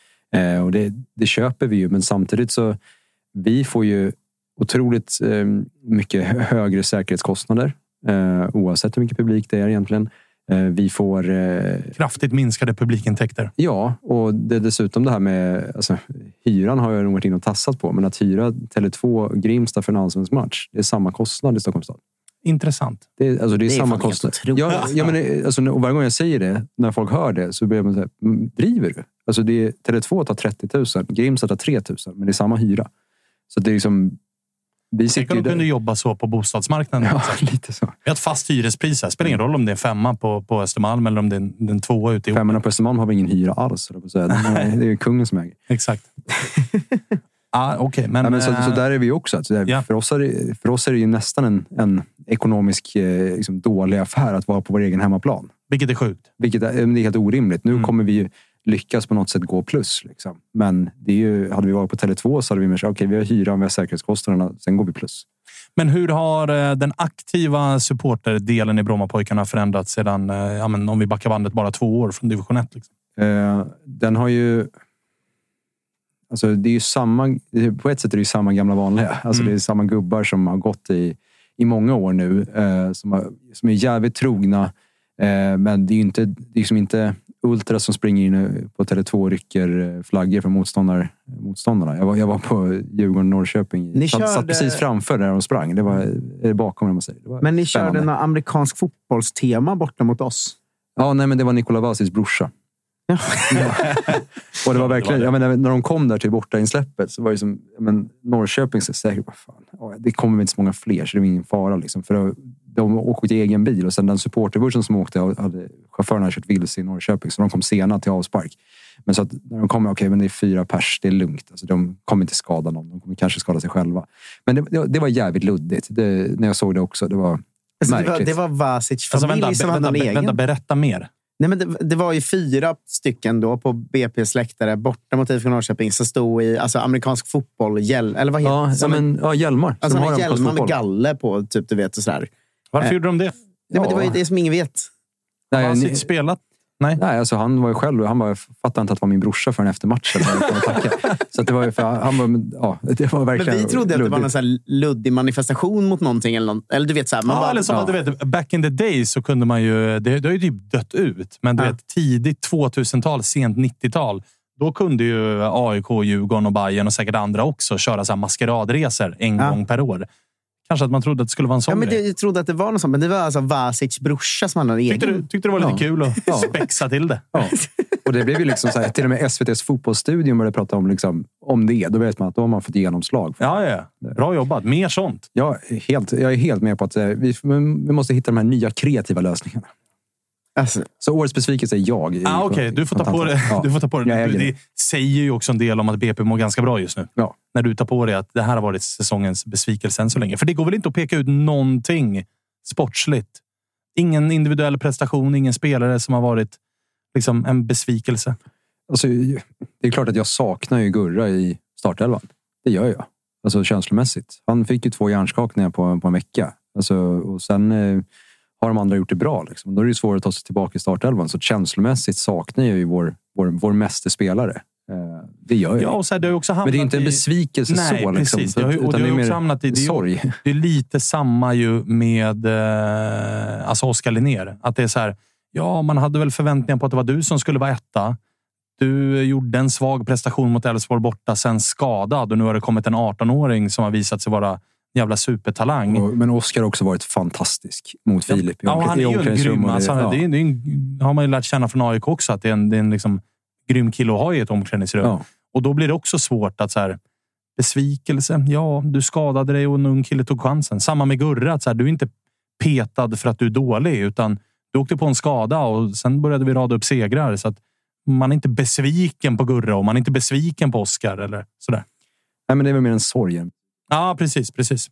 Eh, och det, det köper vi ju, men samtidigt så vi får ju otroligt eh, mycket högre säkerhetskostnader eh, oavsett hur mycket publik det är egentligen. Eh, vi får... Eh, kraftigt minskade publikintäkter. Ja, och det är dessutom det här med... Alltså, hyran har jag nog varit in och tassat på, men att hyra Tele två Grimstad för en allsvensk match, det är samma kostnad i Stockholms stad. Intressant. Det är, alltså, det är, det är samma kostnad. Ja, ja, men, alltså, och varje gång jag säger det, när folk hör det, så börjar man säga, driver du? Alltså, det är, Tele två tar trettio tusen, Grimstad tar tre tusen, men det är samma hyra. Så det är liksom... Vi Tänk om du kunde jobba så på bostadsmarknaden. Ja, lite så. Vi har ett fast hyrespris här. Spelar ingen roll om det är femma på, på Östermalm eller om det är en, en tvåa ute i Femmorna på Östermalm har vi ingen hyra alls. Det är ju kungen som äger. Exakt. ah, okay, men, ja, men så, så där är vi också. Alltså, ja. för, oss är det, för oss är det ju nästan en, en ekonomisk eh, liksom, dålig affär att vara på vår egen hemmaplan. Vilket är sjukt. Vilket är, det är helt orimligt. Nu mm. kommer vi ju lyckas på något sätt gå plus. Liksom. Men det är ju, hade vi varit på Tele två så hade vi med sig, okej, okay, vi har hyran, vi har säkerhetskostnaderna, sen går vi plus. Men hur har den aktiva supporterdelen i Brommapojkarna förändrats sedan, ja, men om vi backar bandet bara två år från division ett? Liksom? Eh, den har ju... Alltså det är ju samma... På ett sätt är det ju samma gamla vanliga. Alltså mm. det är samma gubbar som har gått i, i många år nu. Eh, som, har, som är jävligt trogna. Eh, men det är ju inte... Det är liksom inte ultra som springer in på Tele två och rycker flaggor för motståndare, motståndarna. Jag var, jag var på Djurgården Norrköping. Ni satt, körde... satt precis framför där de sprang. Det var det bakom, man säger. Det var men ni spännande. körde en amerikansk fotbollstema borta mot oss. Ja, nej, men det var Nikola Vasis brorsa. Ja. Ja. Och det var verkligen, jag menar, när de kom där till borta insläppet så var det som, men Norrköping så säkert, vad fan, det kommer inte så många fler så det var ingen fara liksom. För de åkte i egen bil och sen den supporterbussen som åkte hade chaufförerna kört vilse i Norrköping så de kom sena till avspark. Men så att när de kommer, okej, okay, men det är fyra pers, det är lugnt. Alltså, de kommer inte skada någon, de kommer kanske skada sig själva. Men det, det, det var jävligt luddigt. Det, när jag såg det också, det var alltså, märkligt. Det var, det var Vasic familj alltså, vänta, som vänta, hade vänta, egen. Vänta, berätta mer. Nej, men det, det var ju fyra stycken då på B P:s läktare borta mot I F K Norrköping som stod i alltså, amerikansk fotboll, hjäl, eller vad heter ja, det? Men, ja, hjälmar. Alltså en hjälmar med galler på, typ, du vet, och sådär. Varför eh. gjorde de det? Ja, men det var ju det som ingen vet. Nej, har han ni... spelat? Nej. Nej, alltså han var ju själv, han bara fattade inte att det var min brorsa för en eftermatch. Så att det var ju för han var, ja, det var verkligen. Men vi trodde att det var någon sån här luddig manifestation mot någonting eller något. Eller du vet så här, man ja, bara, eller så, ja. du vet, back in the days så kunde man ju, det, det har ju typ dött ut, men du ja. vet, tidigt tvåtusental, sent nittiotal, då kunde ju A I K, Djurgården och Bayern och säkert andra också köra så här maskeradresor en ja. gång per år. Kanske att man trodde att det skulle vara en sån ja, men det, grej. Jag trodde att det var något sånt, men det var alltså Vasic brorsa som hade tyckte egen. Du, tyckte det var lite ja. kul att ja. spexa till det. Ja. Och det blev ju liksom så här, till och med S V T:s fotbollsstudion började prata om, liksom, om det. Då vet man att då har man fått genomslag. Ja, ja. Bra jobbat. Mer sånt. Ja, helt, jag är helt med på att vi, vi måste hitta de här nya kreativa lösningarna. Alltså. Så årets besvikelse är jag. Ah, Okej, okay. du, får ta på det. Ja. du får ta på det. Du, det är säger ju också en del om att B P mår ganska bra just nu. Ja. När du tar på dig att det här har varit säsongens besvikelse än så länge. För det går väl inte att peka ut någonting sportsligt. Ingen individuell prestation, ingen spelare som har varit liksom en besvikelse. Alltså, det är klart att jag saknar ju Gurra i startelvan. Det gör jag. Alltså känslomässigt. Han fick ju två hjärnskakningar på, på en vecka. Alltså, och sen eh, har de andra gjort det bra. Liksom. Då är det ju svårt att ta sig tillbaka i startelvan. Så känslomässigt saknar jag ju vår, vår, vår mästerspelare. Eh, det gör jag. Ja, och så här, det har också hamnat Men det är inte en besvikelse i... Nej, så. Liksom. Precis. Det har, och det har ju också hamnat i... Det är, sorg. Det är lite samma ju med eh, alltså Oskar Linnér. Att det är så här... Ja, man hade väl förväntningar på att det var du som skulle vara etta. Du gjorde en svag prestation mot Elfsborg borta, sen skadad. Och nu har det kommit en arton-åring som har visat sig vara jävla supertalang. Och, men Oskar har också varit fantastisk mot Filip. Ja, ja han är ju en grym. Det, alltså, ja. det, är, det är, har man ju lärt känna från A I K också. Att det är en, det är en liksom, grym kille att ha i ett omklädningsrum. Ja. Och då blir det också svårt att så här... Besvikelse. Ja, du skadade dig och en ung kille tog chansen. Samma med Gurra. Att så här, du är inte petad för att du är dålig. Utan du åkte på en skada och sen började vi rada upp segrar. Så att man är inte besviken på Gurra och man är inte besviken på Oskar eller sådär. Nej, men det är väl mer en sorg. Ja, precis, precis.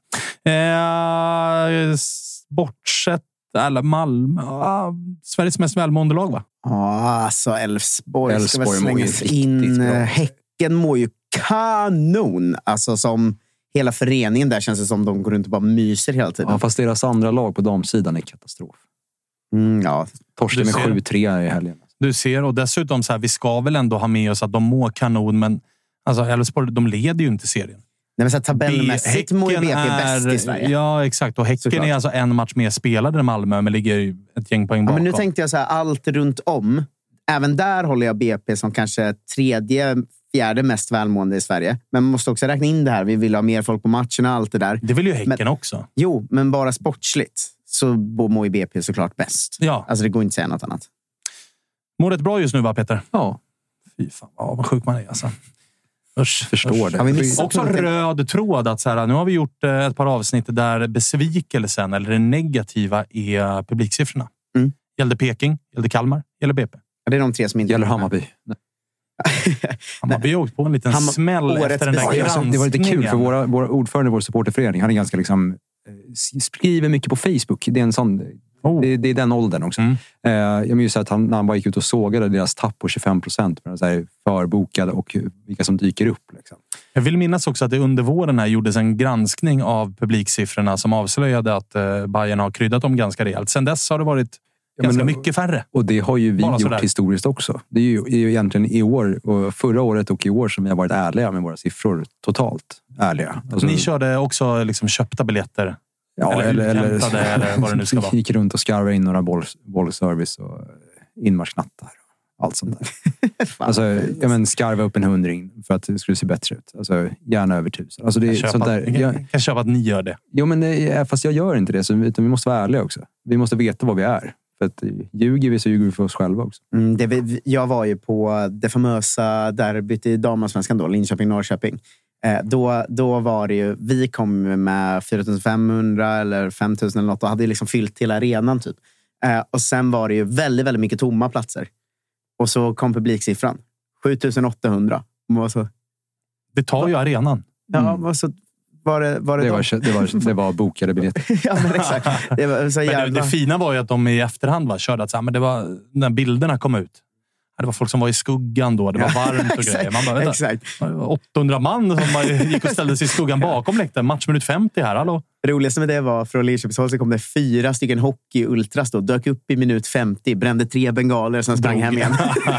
Eh, bortsett eller Malmö. Ah, Sveriges mest välmående lag, va? Ja, alltså Elfsborg ska väl Elfsborg slängas in. Häcken mår ju kanon. Alltså som hela föreningen där känns det som de går runt och bara myser hela tiden. Ja, fast deras andra lag på damsidan är katastrof. Mm, ja. Torsten med sju tre i helgen. Du ser, och dessutom så här, vi ska väl ändå ha med oss att de mår kanon, men alltså Elfsborg, de leder ju inte serien. Nej, men så här, tabellmässigt mår ju B P är, bäst i Sverige. Ja, exakt. Och Häcken Såklart. Är alltså en match mer spelad än Malmö, men ligger ju ett gäng poäng bakom. Ja, men nu tänkte jag så här, allt runt om. Även där håller jag B P som kanske tredje, fjärde mest välmående i Sverige. Men man måste också räkna in det här. Vi vill ha mer folk på matcherna, allt det där. Det vill ju Häcken men, också. Jo, men bara sportsligt så mår ju B P såklart bäst. Ja. Alltså det går inte att säga något annat. Mår rätt bra just nu, va Peter? Ja. Fy fan, ja, vad sjuk man är alltså. Usch, förstår usch. det. Har vi också röd tråd att så här, nu har vi gjort ett par avsnitt där besvikelsen eller det negativa är publiksiffrorna. Mm. Gällde Peking, gällde Kalmar, gällde B P. Ja, det är de tre som inte gäller Hammarby. Hammarby har åkt på en liten Hammar- smäll efter den där granskningen. Det var lite kul för våra, våra ordförande i vår supporterförening. Han är ganska liksom skriver mycket på Facebook. Det är en sån... Oh. Det, det är den åldern också. Mm. Eh, jag minns att han, när han bara gick ut och sågade deras tapp på tjugofem procent med så här förbokade och vilka som dyker upp. Liksom. Jag vill minnas också att det under våren här gjordes en granskning av publiksiffrorna som avslöjade att eh, Bayern har kryddat dem ganska rejält. Sen dess har det varit ja, ganska men, mycket färre. Och det har ju vi bara gjort sådär. Historiskt också. Det är ju, är ju egentligen i år, och förra året och i år som vi har varit ärliga med våra siffror. Totalt ärliga. Alltså, ni körde också liksom köpta biljetter. Ja, eller, eller, eller, eller vad det nu ska vara. Gick runt och skarvade in några boll, bollservice och inmarschknattar. Allt sånt där. Alltså, ja, men skarva upp en hundring för att det skulle se bättre ut. Alltså, gärna över tusen. Alltså, det är jag, sånt där, jag, jag kan köpa att ni gör det. Jo, men det, fast jag gör inte det. Så, utan vi måste vara ärliga också. Vi måste veta vad vi är. För att ljuger vi så ljuger vi för oss själva också. Mm, det, jag var ju på det famösa derbyt i damallsvenskan då, Linköping-Norrköping. Eh, då, då var det ju, vi kom med fyra tusen femhundra eller fem tusen eller något och hade liksom fyllt till arenan typ. Eh, och sen var det ju väldigt, väldigt mycket tomma platser. Och så kom publiksiffran. sju tusen åttahundra. Och så, det tar ju arenan. Ja, mm. och så var det... Var det, det, var, det, var, det var bokade biljetter. Ja, men exakt. Det, var så jävla... men det, det fina var ju att de i efterhand var, körde att så här, men det var, när bilderna kom ut. Det var folk som var i skuggan då. Det var varmt och grejer. Man bara, exakt. åttahundra man som bara gick och ställde sig i skuggan bakom läktaren. Matchminut femtio här, hallå? Det roligaste med det var från Linköpingshåll så kom det fyra stycken hockey-ultras då. Dök upp i minut femtio, brände tre bengaler och sen sprang hem igen.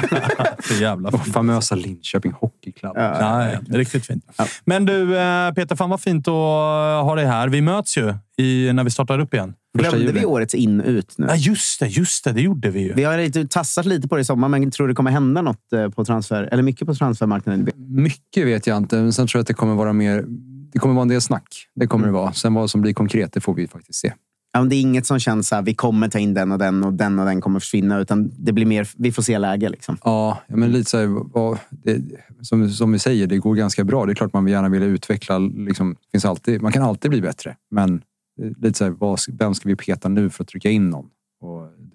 För jävla fint. Famösa Linköping Hockeyclub. Ja, ja, ja, riktigt fint. Ja. Men du, Peter, fan vad fint att ha dig här. Vi möts ju i, när vi startar upp igen. Glömde vi årets in-ut nu? Ja, just det, just det. Det gjorde vi ju. Vi har lite tassat lite på det i sommar, men tror det kommer hända något på transfer, eller mycket på transfermarknaden? Mycket vet jag inte, men sen tror jag att det kommer vara mer... Det kommer vara en del snack. Det kommer det vara. Sen vad som blir konkret, det får vi faktiskt se. Ja, men det är inget som känns så här, vi kommer ta in den och den och den och den kommer försvinna, utan det blir mer, vi får se läge liksom. Ja, men lite så här, vad, det, som, som vi säger, det går ganska bra. Det är klart man vill gärna vill utveckla, liksom, finns alltid, man kan alltid bli bättre. Men lite så här, vad, vem ska vi peta nu för att trycka in någon? Och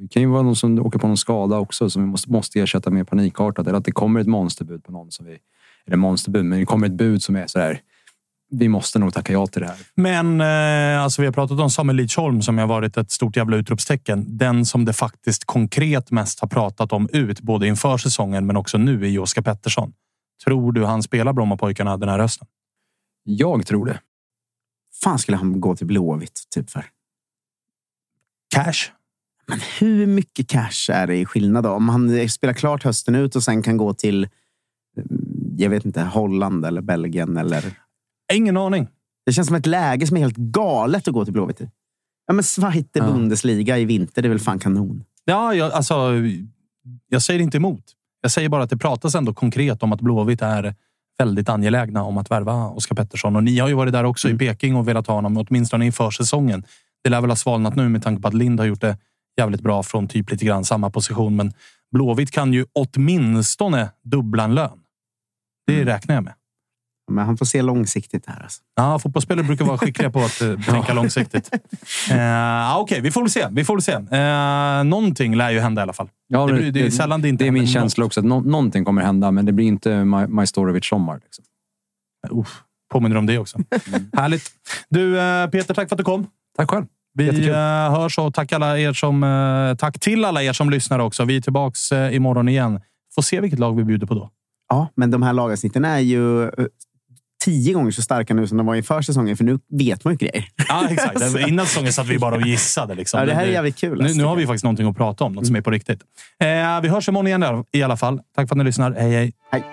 Det kan ju vara någon som åker på någon skada också som vi måste, måste ersätta med panikartat. Eller att det kommer ett monsterbud på någon som vi... Eller monsterbud, men det kommer ett bud som är så här... Vi måste nog tacka ja till det här. Men eh, alltså vi har pratat om Samuel Lidsholm som har varit ett stort jävla utropstecken. Den som det faktiskt konkret mest har pratat om ut, både inför säsongen men också nu, är Oscar Pettersson. Tror du han spelar Brommapojkarna den här hösten? Jag tror det. Fan skulle han gå till Blåvitt typ för? Cash? Men hur mycket cash är det i skillnad då? Om han spelar klart hösten ut och sen kan gå till, jag vet inte, Holland eller Belgien eller... Ingen aning. Det känns som ett läge som är helt galet att gå till Blåvitt. Ja, men Zweite ja. Bundesliga i vinter, det är väl fan kanon. Ja, jag, alltså, jag säger inte emot. Jag säger bara att det pratas ändå konkret om att Blåvitt är väldigt angelägna om att värva Oscar Pettersson. Och ni har ju varit där också mm. i Peking och velat ha honom åtminstone i försäsongen. Det lär väl ha svalnat nu med tanke på att Lind har gjort det jävligt bra från typ lite grann samma position. Men Blåvitt kan ju åtminstone dubbla en lön. Det mm. räknar jag med. Men han får se långsiktigt här. Alltså. Ja, fotbollsspelare brukar vara skickliga på att uh, tänka långsiktigt. Uh, Okej, okay, vi får väl se. Vi får väl se. Uh, någonting lär ju hända i alla fall. Ja, det, det, blir, det är det, sällan det inte det är min något. känsla också att no- någonting kommer hända, men det blir inte Majstorovic sommar. Liksom. Uh, påminner om det också. Mm. Härligt. Du, uh, Peter, tack för att du kom. Tack själv. Vi uh, hörs och tack, alla er som, uh, tack till alla er som lyssnar också. Vi är tillbaks uh, imorgon igen. Får se vilket lag vi bjuder på då. Ja, men de här lagavsnitten är ju... Uh, tio gånger så starka nu som de var i försäsongen, för nu vet man ju grejer. Ja, exakt. Innan säsongen satt vi bara och gissade. Liksom. Ja, det här är jävligt kul. Nu, nu har vi faktiskt någonting att prata om, något som är på riktigt. Eh, vi hörs imorgon igen där, i alla fall. Tack för att ni lyssnar. Hej, hej. Hej.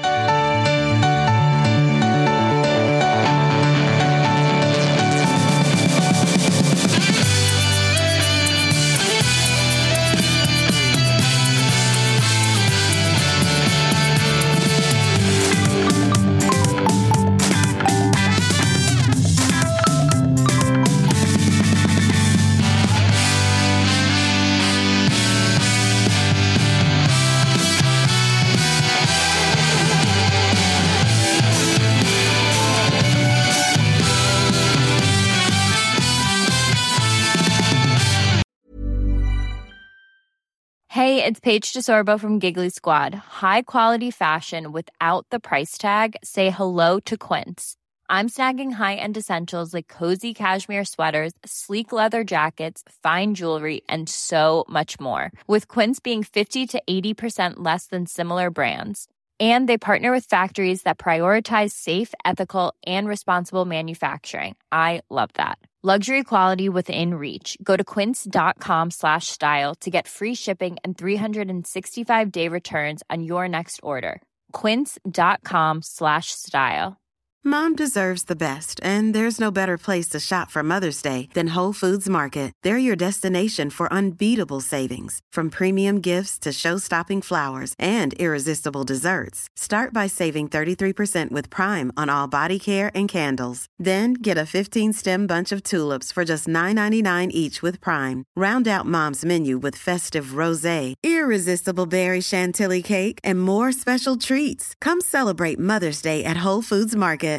Hey, it's Paige DeSorbo from Giggly Squad. High quality fashion without the price tag. Say hello to Quince. I'm snagging high-end essentials like cozy cashmere sweaters, sleek leather jackets, fine jewelry, and so much more. With Quince being fifty to eighty percent less than similar brands. And they partner with factories that prioritize safe, ethical, and responsible manufacturing. I love that. Luxury quality within reach. Go to quince.com slash style to get free shipping and three sixty-five day returns on your next order. Quince.com slash style. Mom deserves the best, and there's no better place to shop for Mother's Day than Whole Foods Market. They're your destination for unbeatable savings, from premium gifts to show-stopping flowers and irresistible desserts. Start by saving thirty-three percent with Prime on all body care and candles. Then get a fifteen-stem bunch of tulips for just nine ninety-nine each with Prime. Round out Mom's menu with festive rosé, irresistible berry chantilly cake, and more special treats. Come celebrate Mother's Day at Whole Foods Market.